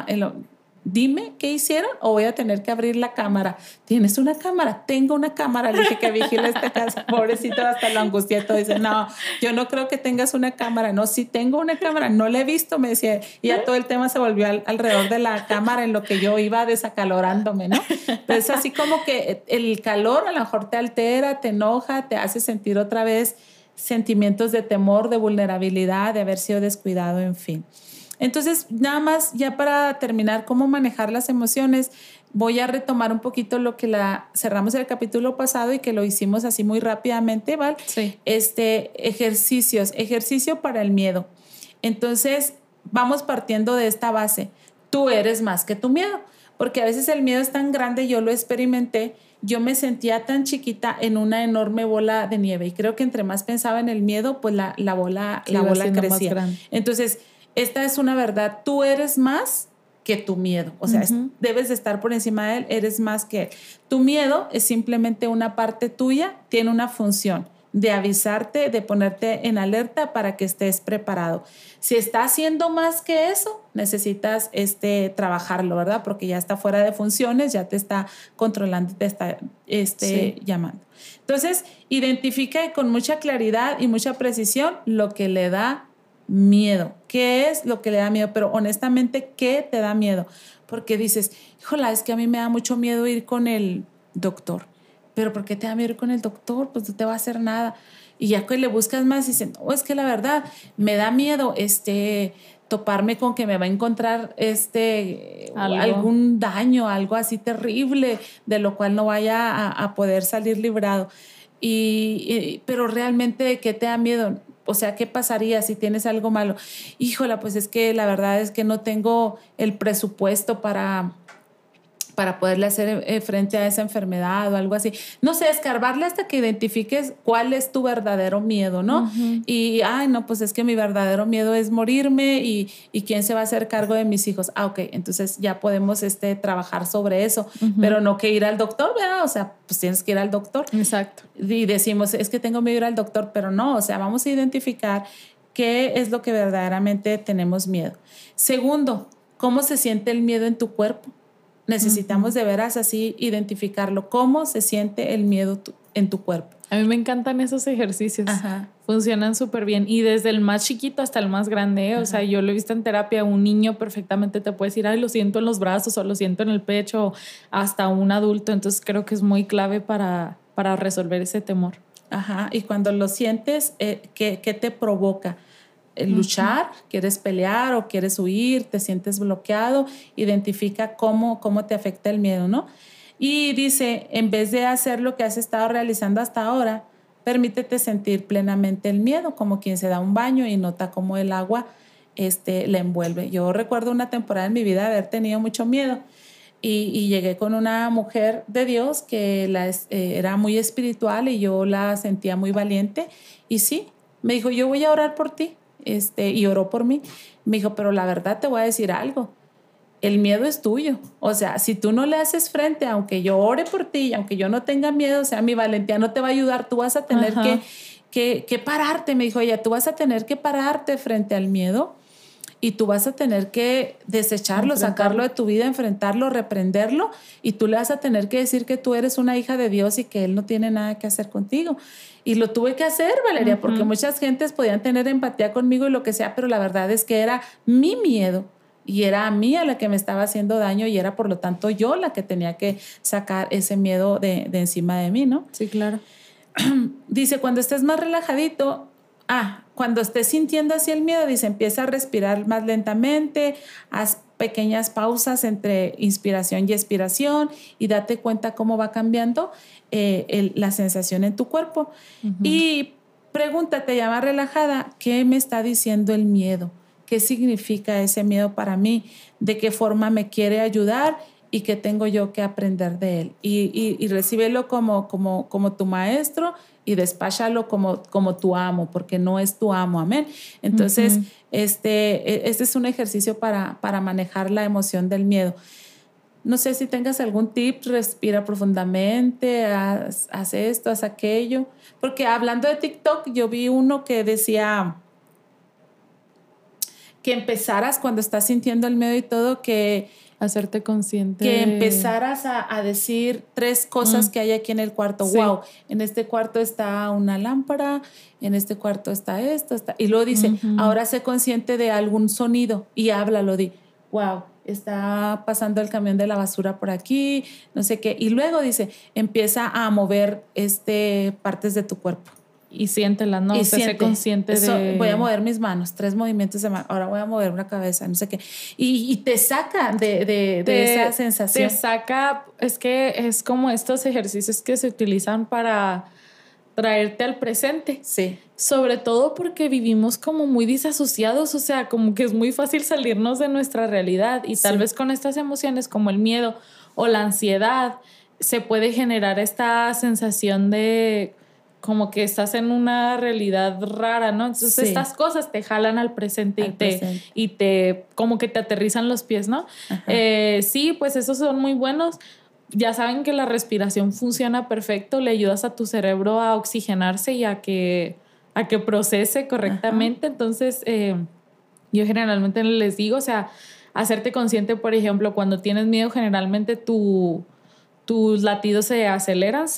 Dime qué hicieron o voy a tener que abrir la cámara. ¿Tienes una cámara? Tengo una cámara. Le dije que vigile esta casa. Pobrecito, hasta lo angustié todo. Dice, no, yo no creo que tengas una cámara. No, sí tengo una cámara. No la he visto, me decía. Y ya todo el tema se volvió alrededor de la cámara en lo que yo iba desacalorándome, ¿no? Pero es así como que el calor a lo mejor te altera, te enoja, te hace sentir otra vez sentimientos de temor, de vulnerabilidad, de haber sido descuidado, en fin. Entonces, nada más, ya para terminar, cómo manejar las emociones, voy a retomar un poquito lo que cerramos el capítulo pasado y que lo hicimos así muy rápidamente, ¿vale? Sí. Ejercicio para el miedo. Entonces, vamos partiendo de esta base. Tú eres más que tu miedo, porque a veces el miedo es tan grande, yo lo experimenté, yo me sentía tan chiquita en una enorme bola de nieve y creo que entre más pensaba en el miedo, pues la bola crecía. Entonces, esta es una verdad, tú eres más que tu miedo, o sea, debes de estar por encima de él, eres más que él. Tu miedo es simplemente una parte tuya, tiene una función de avisarte, de ponerte en alerta para que estés preparado. Si está haciendo más que eso, necesitas trabajarlo, ¿verdad? Porque ya está fuera de funciones, ya te está controlando, te está llamando. Entonces, identifique con mucha claridad y mucha precisión lo que le da miedo. ¿Qué es lo que le da miedo? Pero honestamente, ¿qué te da miedo? Porque dices, híjola, es que a mí me da mucho miedo ir con el doctor. ¿Pero por qué te da miedo ir con el doctor? Pues no te va a hacer nada. Y ya que le buscas más y dicen, no, es que la verdad me da miedo toparme con que me va a encontrar algún daño, algo así terrible, de lo cual no vaya a poder salir librado. Pero realmente, ¿de qué te da miedo? O sea, ¿qué pasaría si tienes algo malo? Híjola, pues es que la verdad es que no tengo el presupuesto para poderle hacer frente a esa enfermedad o algo así. No sé, escarbarle hasta que identifiques cuál es tu verdadero miedo, ¿no? Uh-huh. Y, no, pues es que mi verdadero miedo es morirme y quién se va a hacer cargo de mis hijos. Ok, entonces ya podemos trabajar sobre eso, uh-huh. Pero no que ir al doctor, ¿verdad? O sea, pues tienes que ir al doctor. Exacto. Y decimos, es que tengo miedo ir al doctor, pero no, o sea, vamos a identificar qué es lo que verdaderamente tenemos miedo. Segundo, ¿cómo se siente el miedo en tu cuerpo? Necesitamos de veras así identificarlo, cómo se siente el miedo en tu cuerpo. A mí me encantan esos ejercicios. Ajá. Funcionan súper bien. Y desde el más chiquito hasta el más grande, ¿eh? O sea, yo lo he visto en terapia. Un niño perfectamente te puede decir, ay, lo siento en los brazos o lo siento en el pecho, hasta un adulto. Entonces creo que es muy clave para resolver ese temor. Ajá. Y cuando lo sientes, ¿qué te provoca? Luchar, quieres pelear o quieres huir, te sientes bloqueado, identifica cómo te afecta el miedo, ¿no? Y dice, en vez de hacer lo que has estado realizando hasta ahora, permítete sentir plenamente el miedo, como quien se da un baño y nota cómo el agua le envuelve. Yo recuerdo una temporada en mi vida de haber tenido mucho miedo y llegué con una mujer de Dios que era muy espiritual y yo la sentía muy valiente y sí, me dijo, yo voy a orar por ti. Y oró por mí. Me dijo, pero la verdad te voy a decir algo. El miedo es tuyo. O sea, si tú no le haces frente, aunque yo ore por ti, aunque yo no tenga miedo, o sea, mi valentía no te va a ayudar. Tú vas a tener que pararte. Me dijo ella, tú vas a tener que pararte frente al miedo y tú vas a tener que desecharlo, sacarlo de tu vida, enfrentarlo, reprenderlo y tú le vas a tener que decir que tú eres una hija de Dios y que Él no tiene nada que hacer contigo. Y lo tuve que hacer, Valeria, porque muchas gentes podían tener empatía conmigo y lo que sea, pero la verdad es que era mi miedo y era a mí a la que me estaba haciendo daño y era por lo tanto yo la que tenía que sacar ese miedo de encima de mí, ¿no? Sí, claro. Dice, cuando estés más relajadito, cuando estés sintiendo así el miedo, dice, empieza a respirar más lentamente, haz pequeñas pausas entre inspiración y expiración y date cuenta cómo va cambiando la sensación en tu cuerpo. Y pregúntate ya más relajada, ¿qué me está diciendo el miedo? ¿Qué significa ese miedo para mí? ¿De qué forma me quiere ayudar? ¿Y qué tengo yo que aprender de él? Y recíbelo como tu maestro y despáchalo como tu amo, porque no es tu amo, amén. Entonces, este es un ejercicio para manejar la emoción del miedo. No sé si tengas algún tip, respira profundamente, haz esto, haz aquello. Porque hablando de TikTok, yo vi uno que decía que empezaras cuando estás sintiendo el miedo y todo, que hacerte consciente. Que empezaras a decir 3 cosas que hay aquí en el cuarto. Sí. Wow, en este cuarto está una lámpara, en este cuarto está esto, y luego dice, ahora sé consciente de algún sonido y háblalo, di, wow, está pasando el camión de la basura por aquí, no sé qué. Y luego dice, empieza a mover partes de tu cuerpo. Y siéntela, ¿no? Y sé consciente de... Voy a mover mis manos, 3 movimientos de mano. Ahora voy a mover una cabeza, no sé qué. Y te saca de esa sensación. Te saca, es que es como estos ejercicios que se utilizan para traerte al presente. Sí. Sobre todo porque vivimos como muy disasociados, o sea, como que es muy fácil salirnos de nuestra realidad. Y tal vez con estas emociones como el miedo o la ansiedad se puede generar esta sensación de... como que estás en una realidad rara, ¿no? Entonces estas cosas te jalan al presente y te como que te aterrizan los pies, ¿no? Sí, pues esos son muy buenos. Ya saben que la respiración funciona perfecto, le ayudas a tu cerebro a oxigenarse y a que procese correctamente. Entonces, yo generalmente les digo, o sea, hacerte consciente, por ejemplo, cuando tienes miedo, generalmente tus latidos se aceleran,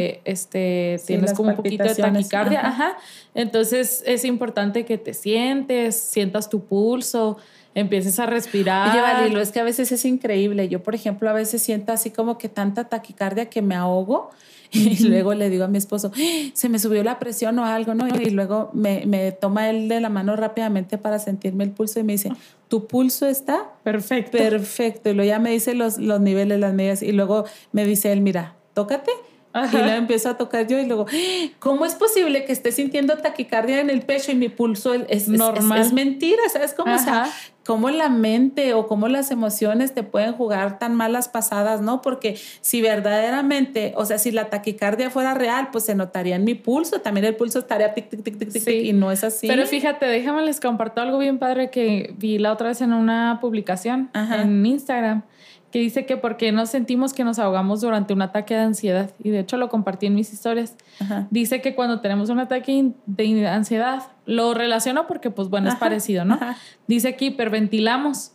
tienes como un poquito de taquicardia. Entonces es importante que te sientas tu pulso, empieces a respirar. Oye, Valilo, es que a veces es increíble. Yo, por ejemplo, a veces siento así como que tanta taquicardia que me ahogo y luego le digo a mi esposo, se me subió la presión o algo, ¿no? Y luego me toma él de la mano rápidamente para sentirme el pulso y me dice, ¿tu pulso está? Perfecto. Perfecto. Y luego ya me dice los niveles, las medidas y luego me dice él, mira, tócate. Y luego empiezo a tocar yo y luego, ¿cómo es posible que esté sintiendo taquicardia en el pecho y mi pulso es normal? Es mentira, ¿sabes cómo? O sea, cómo la mente o cómo las emociones te pueden jugar tan malas pasadas, ¿no? Porque si verdaderamente, o sea, si la taquicardia fuera real, pues se notaría en mi pulso, también el pulso estaría tic, tic, tic, tic, tic, y no es así. Pero fíjate, déjame les comparto algo bien padre que vi la otra vez en una publicación en Instagram, que dice que porque no sentimos que nos ahogamos durante un ataque de ansiedad. Y de hecho lo compartí en mis historias. Dice que cuando tenemos un ataque de ansiedad, lo relaciono porque, pues bueno, es parecido, ¿no? Dice que hiperventilamos.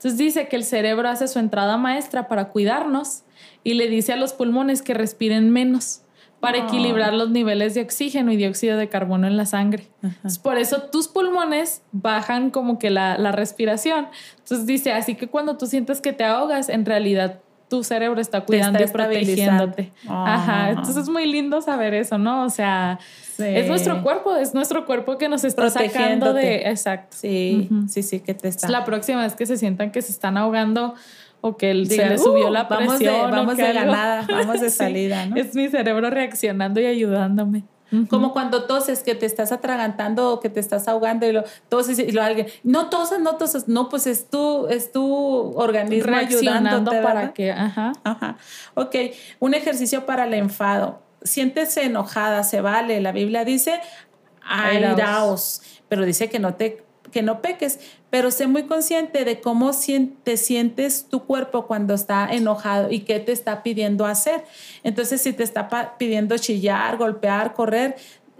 Entonces dice que el cerebro hace su entrada maestra para cuidarnos y le dice a los pulmones que respiren menos para equilibrar los niveles de oxígeno y dióxido de carbono en la sangre. Entonces, por eso tus pulmones bajan como que la respiración. Entonces dice, así que cuando tú sientes que te ahogas, en realidad tu cerebro está cuidando y protegiéndote. Ajá. Entonces es muy lindo saber eso, ¿no? O sea, es nuestro cuerpo que nos está sacando de... Exacto. Sí, sí, que te está. La próxima vez que se sientan que se están ahogando o que se le subió la presión. Vamos de ganada, vamos de salida, ¿no? Es mi cerebro reaccionando y ayudándome. Como cuando toses, que te estás atragantando o que te estás ahogando y lo toses y lo alguien, no tosas, no, pues es tu organismo ayudándote para que, Ok, un ejercicio para el enfado. Siéntese enojada, se vale. La Biblia dice airaos, pero dice que no peques, pero sé muy consciente de cómo te sientes tu cuerpo cuando está enojado y qué te está pidiendo hacer. Entonces, si te está pidiendo chillar, golpear, correr,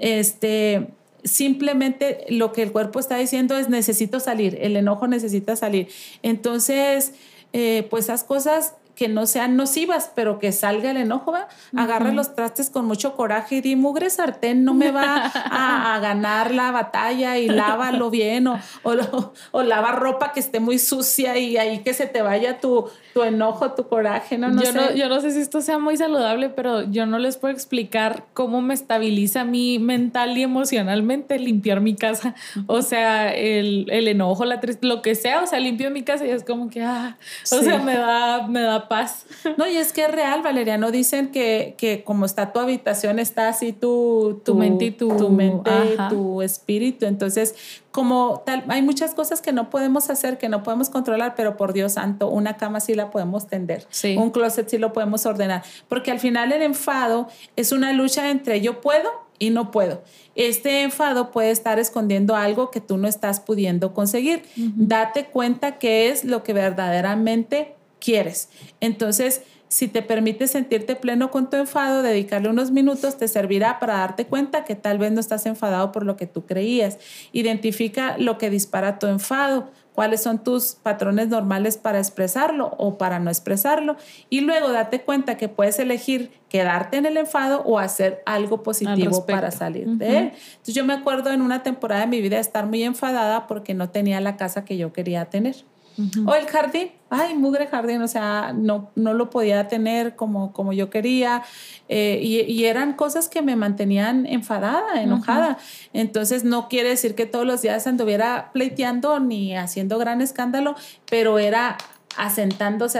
simplemente lo que el cuerpo está diciendo es necesito salir, el enojo necesita salir. Entonces, pues esas cosas que no sean nocivas, pero que salga el enojo, ¿va? Agarra los trastes con mucho coraje y di, mugre sartén, no me va a ganar la batalla, y lávalo bien, o lava ropa que esté muy sucia y ahí que se te vaya tu enojo, tu coraje, ¿no? Yo no sé si esto sea muy saludable, pero yo no les puedo explicar cómo me estabiliza a mí mental y emocionalmente limpiar mi casa. O sea, el enojo, la tristeza, lo que sea, o sea, limpio mi casa y es como que, o sea, me da paz. No, y es que es real, Valeria, no dicen que como está tu habitación, está así tu mente y tu espíritu. Entonces, como tal, hay muchas cosas que no podemos hacer, que no podemos controlar, pero por Dios santo, una cama sí la podemos tender, un closet sí lo podemos ordenar, porque al final el enfado es una lucha entre yo puedo y no puedo. Este enfado puede estar escondiendo algo que tú no estás pudiendo conseguir. Date cuenta qué es lo que verdaderamente quieres. Entonces, si te permites sentirte pleno con tu enfado, dedicarle unos minutos te servirá para darte cuenta que tal vez no estás enfadado por lo que tú creías. Identifica lo que dispara tu enfado, cuáles son tus patrones normales para expresarlo o para no expresarlo, y luego date cuenta que puedes elegir quedarte en el enfado o hacer algo positivo para salir de él. Entonces yo me acuerdo en una temporada de mi vida de estar muy enfadada porque no tenía la casa que yo quería tener. O el jardín, mugre jardín, o sea, no lo podía tener como yo quería, y eran cosas que me mantenían enfadada, enojada. Entonces no quiere decir que todos los días anduviera pleiteando ni haciendo gran escándalo, pero era asentándose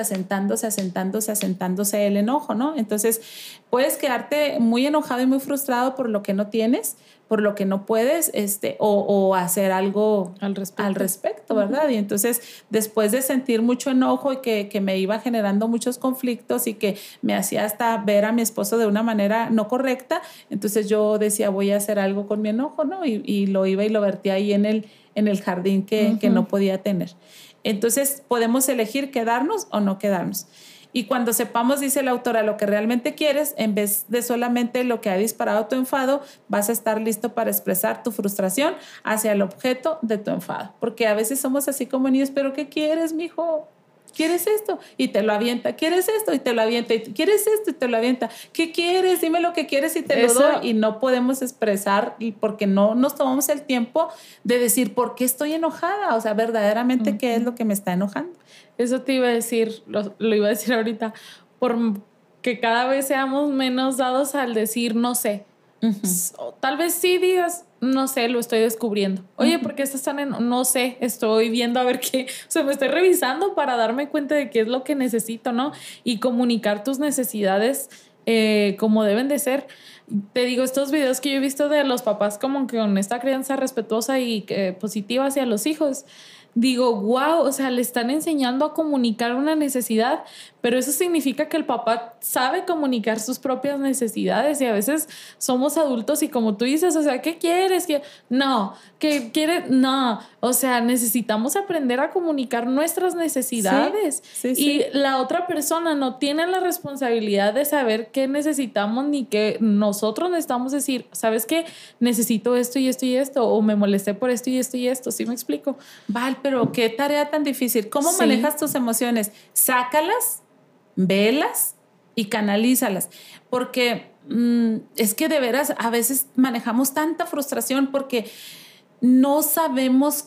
el enojo, ¿no? Entonces puedes quedarte muy enojado y muy frustrado por lo que no tienes, por lo que no puedes, o hacer algo al respecto, ¿verdad? Y entonces, después de sentir mucho enojo y que me iba generando muchos conflictos y que me hacía hasta ver a mi esposo de una manera no correcta, entonces yo decía, voy a hacer algo con mi enojo, ¿no? Y lo iba y lo vertía ahí en el jardín que no podía tener. Entonces, podemos elegir quedarnos o no quedarnos. Y cuando sepamos, dice la autora, lo que realmente quieres, en vez de solamente lo que ha disparado tu enfado, vas a estar listo para expresar tu frustración hacia el objeto de tu enfado. Porque a veces somos así como niños, ¿pero qué quieres, mijo? ¿Quieres esto? Y te lo avienta. ¿Quieres esto? Y te lo avienta. ¿Quieres esto? Y te lo avienta. ¿Qué quieres? Dime lo que quieres y te lo doy. Y no podemos expresar, y porque no nos tomamos el tiempo de decir, ¿por qué estoy enojada? O sea, verdaderamente, ¿qué es lo que me está enojando? Eso te iba a decir, lo iba a decir ahorita, porque cada vez seamos menos dados al decir no sé. Tal vez sí digas, no sé, lo estoy descubriendo. Oye, ¿por qué estás tan no sé, estoy viendo a ver qué, o sea, me estoy revisando para darme cuenta de qué es lo que necesito, ¿no? Y comunicar tus necesidades como deben de ser. Te digo, estos videos que yo he visto de los papás como que con esta crianza respetuosa y positiva hacia los hijos, digo, wow, o sea, le están enseñando a comunicar una necesidad, pero eso significa que el papá sabe comunicar sus propias necesidades y a veces somos adultos y como tú dices, o sea, ¿qué quieres? No, ¿qué quieres? No, o sea, necesitamos aprender a comunicar nuestras necesidades y la otra persona no tiene la responsabilidad de saber qué necesitamos ni qué nosotros necesitamos decir, ¿sabes qué? Necesito esto y esto y esto o me molesté por esto y esto y esto, ¿sí me explico? Val, pero qué tarea tan difícil. ¿Cómo manejas tus emociones? Sácalas, velas y canalízalas, porque es que de veras a veces manejamos tanta frustración porque no sabemos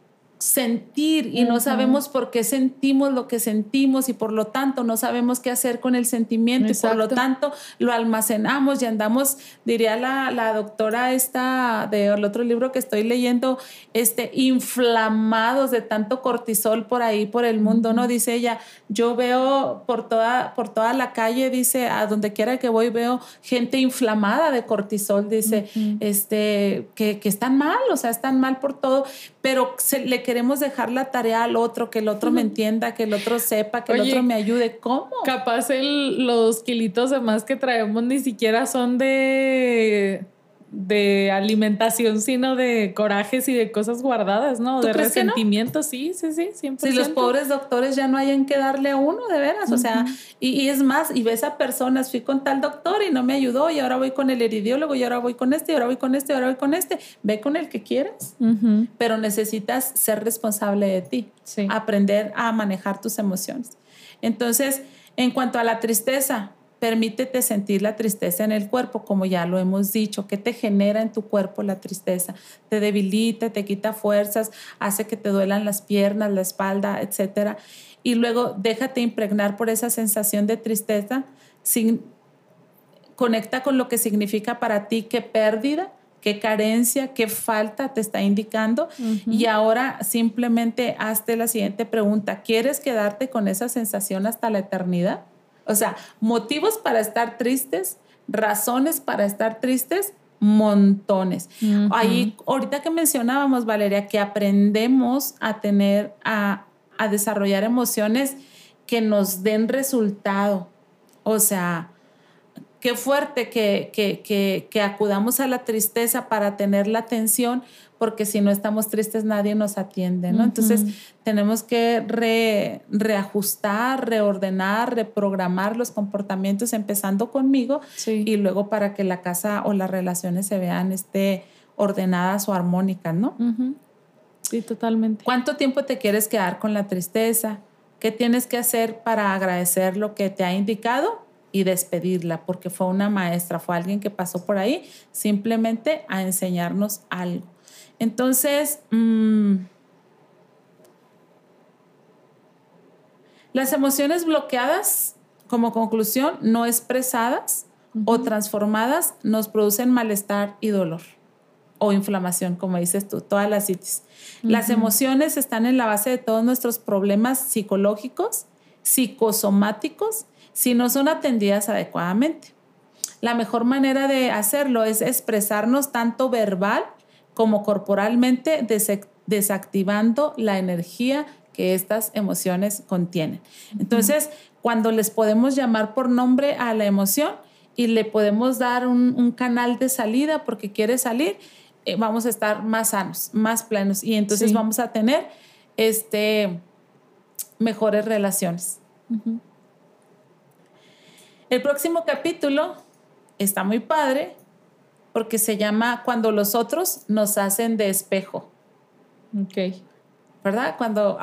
sentir y no sabemos por qué sentimos lo que sentimos y por lo tanto no sabemos qué hacer con el sentimiento. Exacto. Y por lo tanto lo almacenamos y andamos, diría la doctora esta del otro libro que estoy leyendo, inflamados de tanto cortisol por ahí, por el mundo, ¿no? Dice ella, yo veo por toda la calle, dice, a donde quiera que voy veo gente inflamada de cortisol, dice, que están mal, o sea, están mal por todo, pero le queremos dejar la tarea al otro, que el otro me entienda, que el otro sepa, que el otro me ayude. ¿Cómo? Capaz los kilitos de más que traemos ni siquiera son de alimentación, sino de corajes y de cosas guardadas, ¿no? De resentimientos, no? Sí, 100%. Si los pobres doctores ya no hayan que darle a uno, de veras, o sea, y es más, y ves a personas, fui con tal doctor y no me ayudó, y ahora voy con el heridiólogo, y ahora voy con y ahora voy con y ahora voy con ve con el que quieras, pero necesitas ser responsable de ti, aprender a manejar tus emociones. Entonces, en cuanto a la tristeza, permítete sentir la tristeza en el cuerpo, como ya lo hemos dicho. ¿Qué te genera en tu cuerpo la tristeza? Te debilita, te quita fuerzas, hace que te duelan las piernas, la espalda, etc. Y luego déjate impregnar por esa sensación de tristeza. Conecta con lo que significa para ti, qué pérdida, qué carencia, qué falta te está indicando. Y ahora simplemente hazte la siguiente pregunta. ¿Quieres quedarte con esa sensación hasta la eternidad? O sea, motivos para estar tristes, razones para estar tristes, montones. Ahí, ahorita que mencionábamos, Valeria, que aprendemos a desarrollar emociones que nos den resultado. O sea, qué fuerte que acudamos a la tristeza para tener la atención, porque si no estamos tristes nadie nos atiende, ¿no? Entonces tenemos que reajustar, reordenar, reprogramar los comportamientos, empezando conmigo y luego para que la casa o las relaciones se vean ordenadas o armónicas, ¿no? Sí, totalmente. ¿Cuánto tiempo te quieres quedar con la tristeza? ¿Qué tienes que hacer para agradecer lo que te ha indicado y despedirla? Porque fue una maestra, fue alguien que pasó por ahí simplemente a enseñarnos algo. Entonces, las emociones bloqueadas, como conclusión, no expresadas o transformadas, nos producen malestar y dolor o inflamación, como dices tú, todas las itis. Las emociones están en la base de todos nuestros problemas psicológicos, psicosomáticos, si no son atendidas adecuadamente. La mejor manera de hacerlo es expresarnos tanto verbal como corporalmente, desactivando la energía que estas emociones contienen. Entonces, cuando les podemos llamar por nombre a la emoción y le podemos dar un canal de salida porque quiere salir, vamos a estar más sanos, más plenos, y entonces vamos a tener mejores relaciones. El próximo capítulo está muy padre, porque se llama Cuando los otros nos hacen de espejo. Ok. ¿Verdad? Cuando,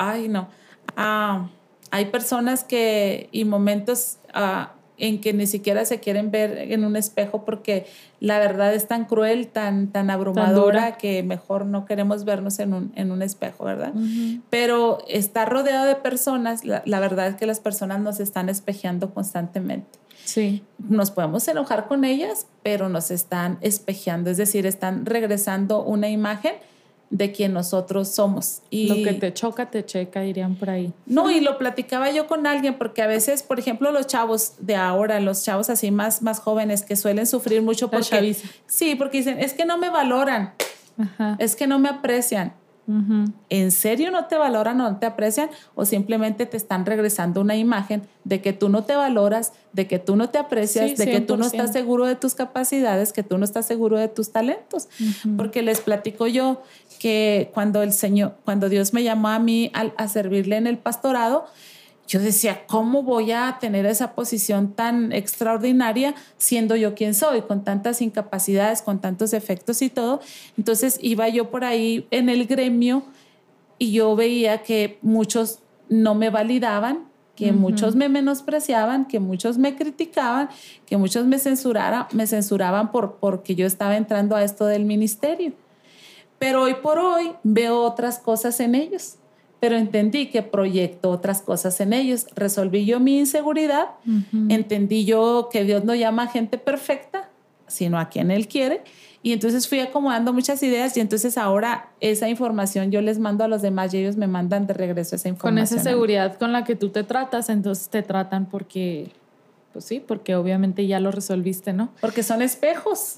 hay personas y momentos en que ni siquiera se quieren ver en un espejo porque la verdad es tan cruel, tan abrumadora, que mejor no queremos vernos en un espejo, ¿verdad? Pero estar rodeado de personas, la verdad es que las personas nos están espejeando constantemente. Sí. Nos podemos enojar con ellas, pero nos están espejeando, es decir, están regresando una imagen de quien nosotros somos. Y lo que te choca, te checa, dirían por ahí. No, y lo platicaba yo con alguien, porque a veces, por ejemplo, los chavos de ahora, los chavos así más jóvenes que suelen sufrir mucho porque dicen, es que no me valoran, es que no me aprecian. ¿En serio no te valoran o no te aprecian? ¿O simplemente te están regresando una imagen de que tú no te valoras, de que tú no te aprecias, sí, de que tú no estás seguro de tus capacidades, que tú no estás seguro de tus talentos? Porque les platico yo que cuando Dios me llamó a mí a servirle en el pastorado, yo decía, ¿cómo voy a tener esa posición tan extraordinaria siendo yo quien soy, con tantas incapacidades, con tantos defectos y todo? Entonces iba yo por ahí en el gremio y yo veía que muchos no me validaban, que muchos me menospreciaban, que muchos me criticaban, que muchos me censuraban porque yo estaba entrando a esto del ministerio. Pero hoy por hoy veo otras cosas en ellos. Pero entendí que proyecto otras cosas en ellos. Resolví yo mi inseguridad. Entendí yo que Dios no llama a gente perfecta, sino a quien Él quiere. Y entonces fui acomodando muchas ideas y entonces ahora esa información yo les mando a los demás y ellos me mandan de regreso esa información. Con esa seguridad con la que tú te tratas, entonces te tratan porque, pues sí, porque obviamente ya lo resolviste, ¿no? Porque son espejos.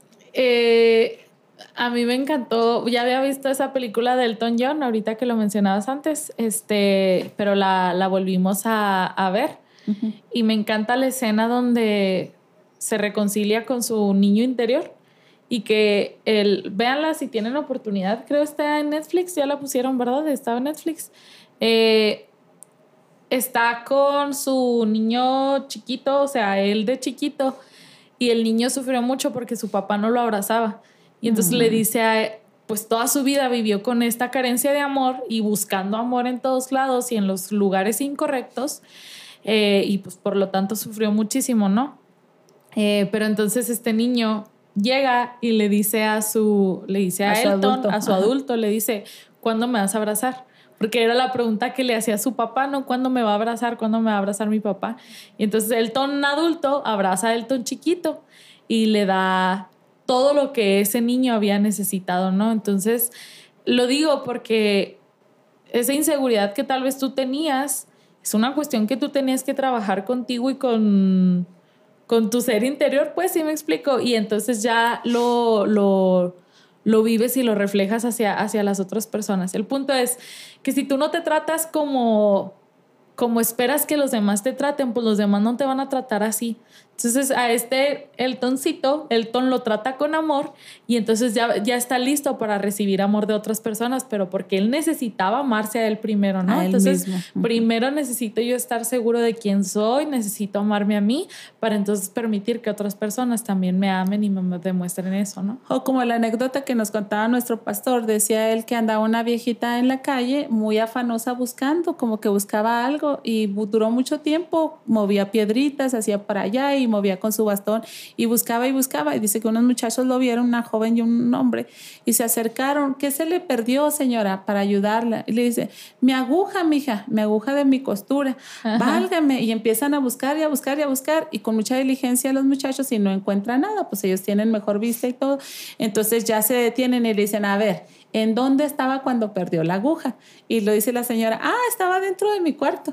A mí me encantó, ya había visto esa película de Elton John, ahorita que lo mencionabas antes, pero la volvimos a ver. Y me encanta la escena donde se reconcilia con su niño interior y que véanla si tienen oportunidad, creo está en Netflix, ya la pusieron, ¿verdad? Estaba en Netflix. Está con su niño chiquito, o sea, él de chiquito, y el niño sufrió mucho porque su papá no lo abrazaba. Y entonces le dice, pues toda su vida vivió con esta carencia de amor y buscando amor en todos lados y en los lugares incorrectos, y pues por lo tanto sufrió muchísimo, ¿no? Pero entonces este niño llega y le dice a Elton, a su adulto, le dice, ¿cuándo me vas a abrazar? Porque era la pregunta que le hacía a su papá, ¿no? ¿Cuándo me va a abrazar? ¿Cuándo me va a abrazar mi papá? Y entonces Elton adulto abraza a Elton chiquito y le da todo lo que ese niño había necesitado, ¿no? Entonces, lo digo porque esa inseguridad que tal vez tú tenías es una cuestión que tú tenías que trabajar contigo y con tu ser interior, pues sí me explico. Y entonces ya lo vives y lo reflejas hacia las otras personas. El punto es que si tú no te tratas como esperas que los demás te traten, pues los demás no te van a tratar así. Entonces a Elton lo trata con amor y entonces ya está listo para recibir amor de otras personas, pero porque él necesitaba amarse a él primero, ¿no? Entonces primero necesito yo estar seguro de quién soy, necesito amarme a mí para entonces permitir que otras personas también me amen y me demuestren eso, ¿no? O como la anécdota que nos contaba nuestro pastor, decía él que andaba una viejita en la calle muy afanosa buscando, como que buscaba algo y duró mucho tiempo, movía piedritas, hacía para allá y movía con su bastón y buscaba y dice que unos muchachos lo vieron, una joven y un hombre, y se acercaron. ¿Qué se le perdió, señora? Para ayudarla. Y le dice, mi aguja, mija, mi aguja de mi costura. Válgame. Y empiezan a buscar y a buscar y a buscar y con mucha diligencia los muchachos y no encuentran nada, pues ellos tienen mejor vista y todo. Entonces ya se detienen y le dicen, a ver, ¿en dónde estaba cuando perdió la aguja? Y lo dice la señora, estaba dentro de mi cuarto.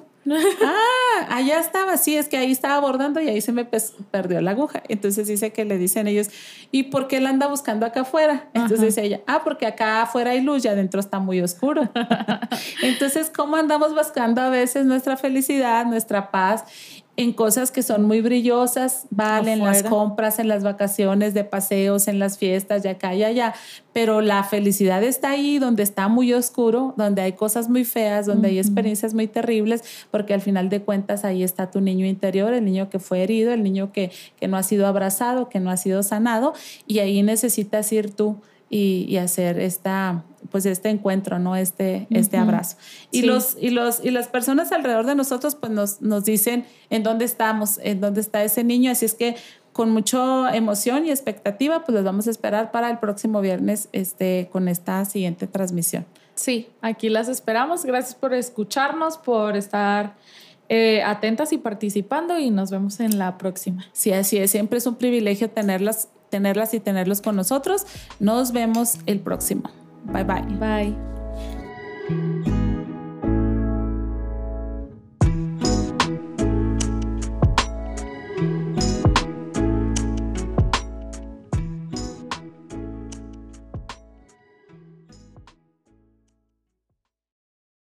Allá estaba, sí, es que ahí estaba bordando y ahí se me perdió la aguja. Entonces dice que le dicen ellos, ¿y por qué la anda buscando acá afuera? Entonces dice ella, porque acá afuera hay luz y adentro está muy oscuro. Entonces, ¿cómo andamos buscando a veces nuestra felicidad, nuestra paz en cosas que son muy brillosas, vale, en las compras, en las vacaciones de paseos, en las fiestas, de acá y allá, pero la felicidad está ahí donde está muy oscuro, donde hay cosas muy feas, donde hay experiencias muy terribles, porque al final de cuentas ahí está tu niño interior, el niño que fue herido, el niño que no ha sido abrazado, que no ha sido sanado, y ahí necesitas ir tú y hacer este encuentro, ¿no? Este abrazo. Y sí. Las personas alrededor de nosotros pues nos dicen en dónde estamos, en dónde está ese niño, así es que con mucha emoción y expectativa pues los vamos a esperar para el próximo viernes con esta siguiente transmisión. Sí, aquí las esperamos. Gracias por escucharnos, por estar atentas y participando, y nos vemos en la próxima. Sí, así es. Siempre es un privilegio tenerlas y tenerlos con nosotros. Nos vemos el próximo. Bye, bye. Bye.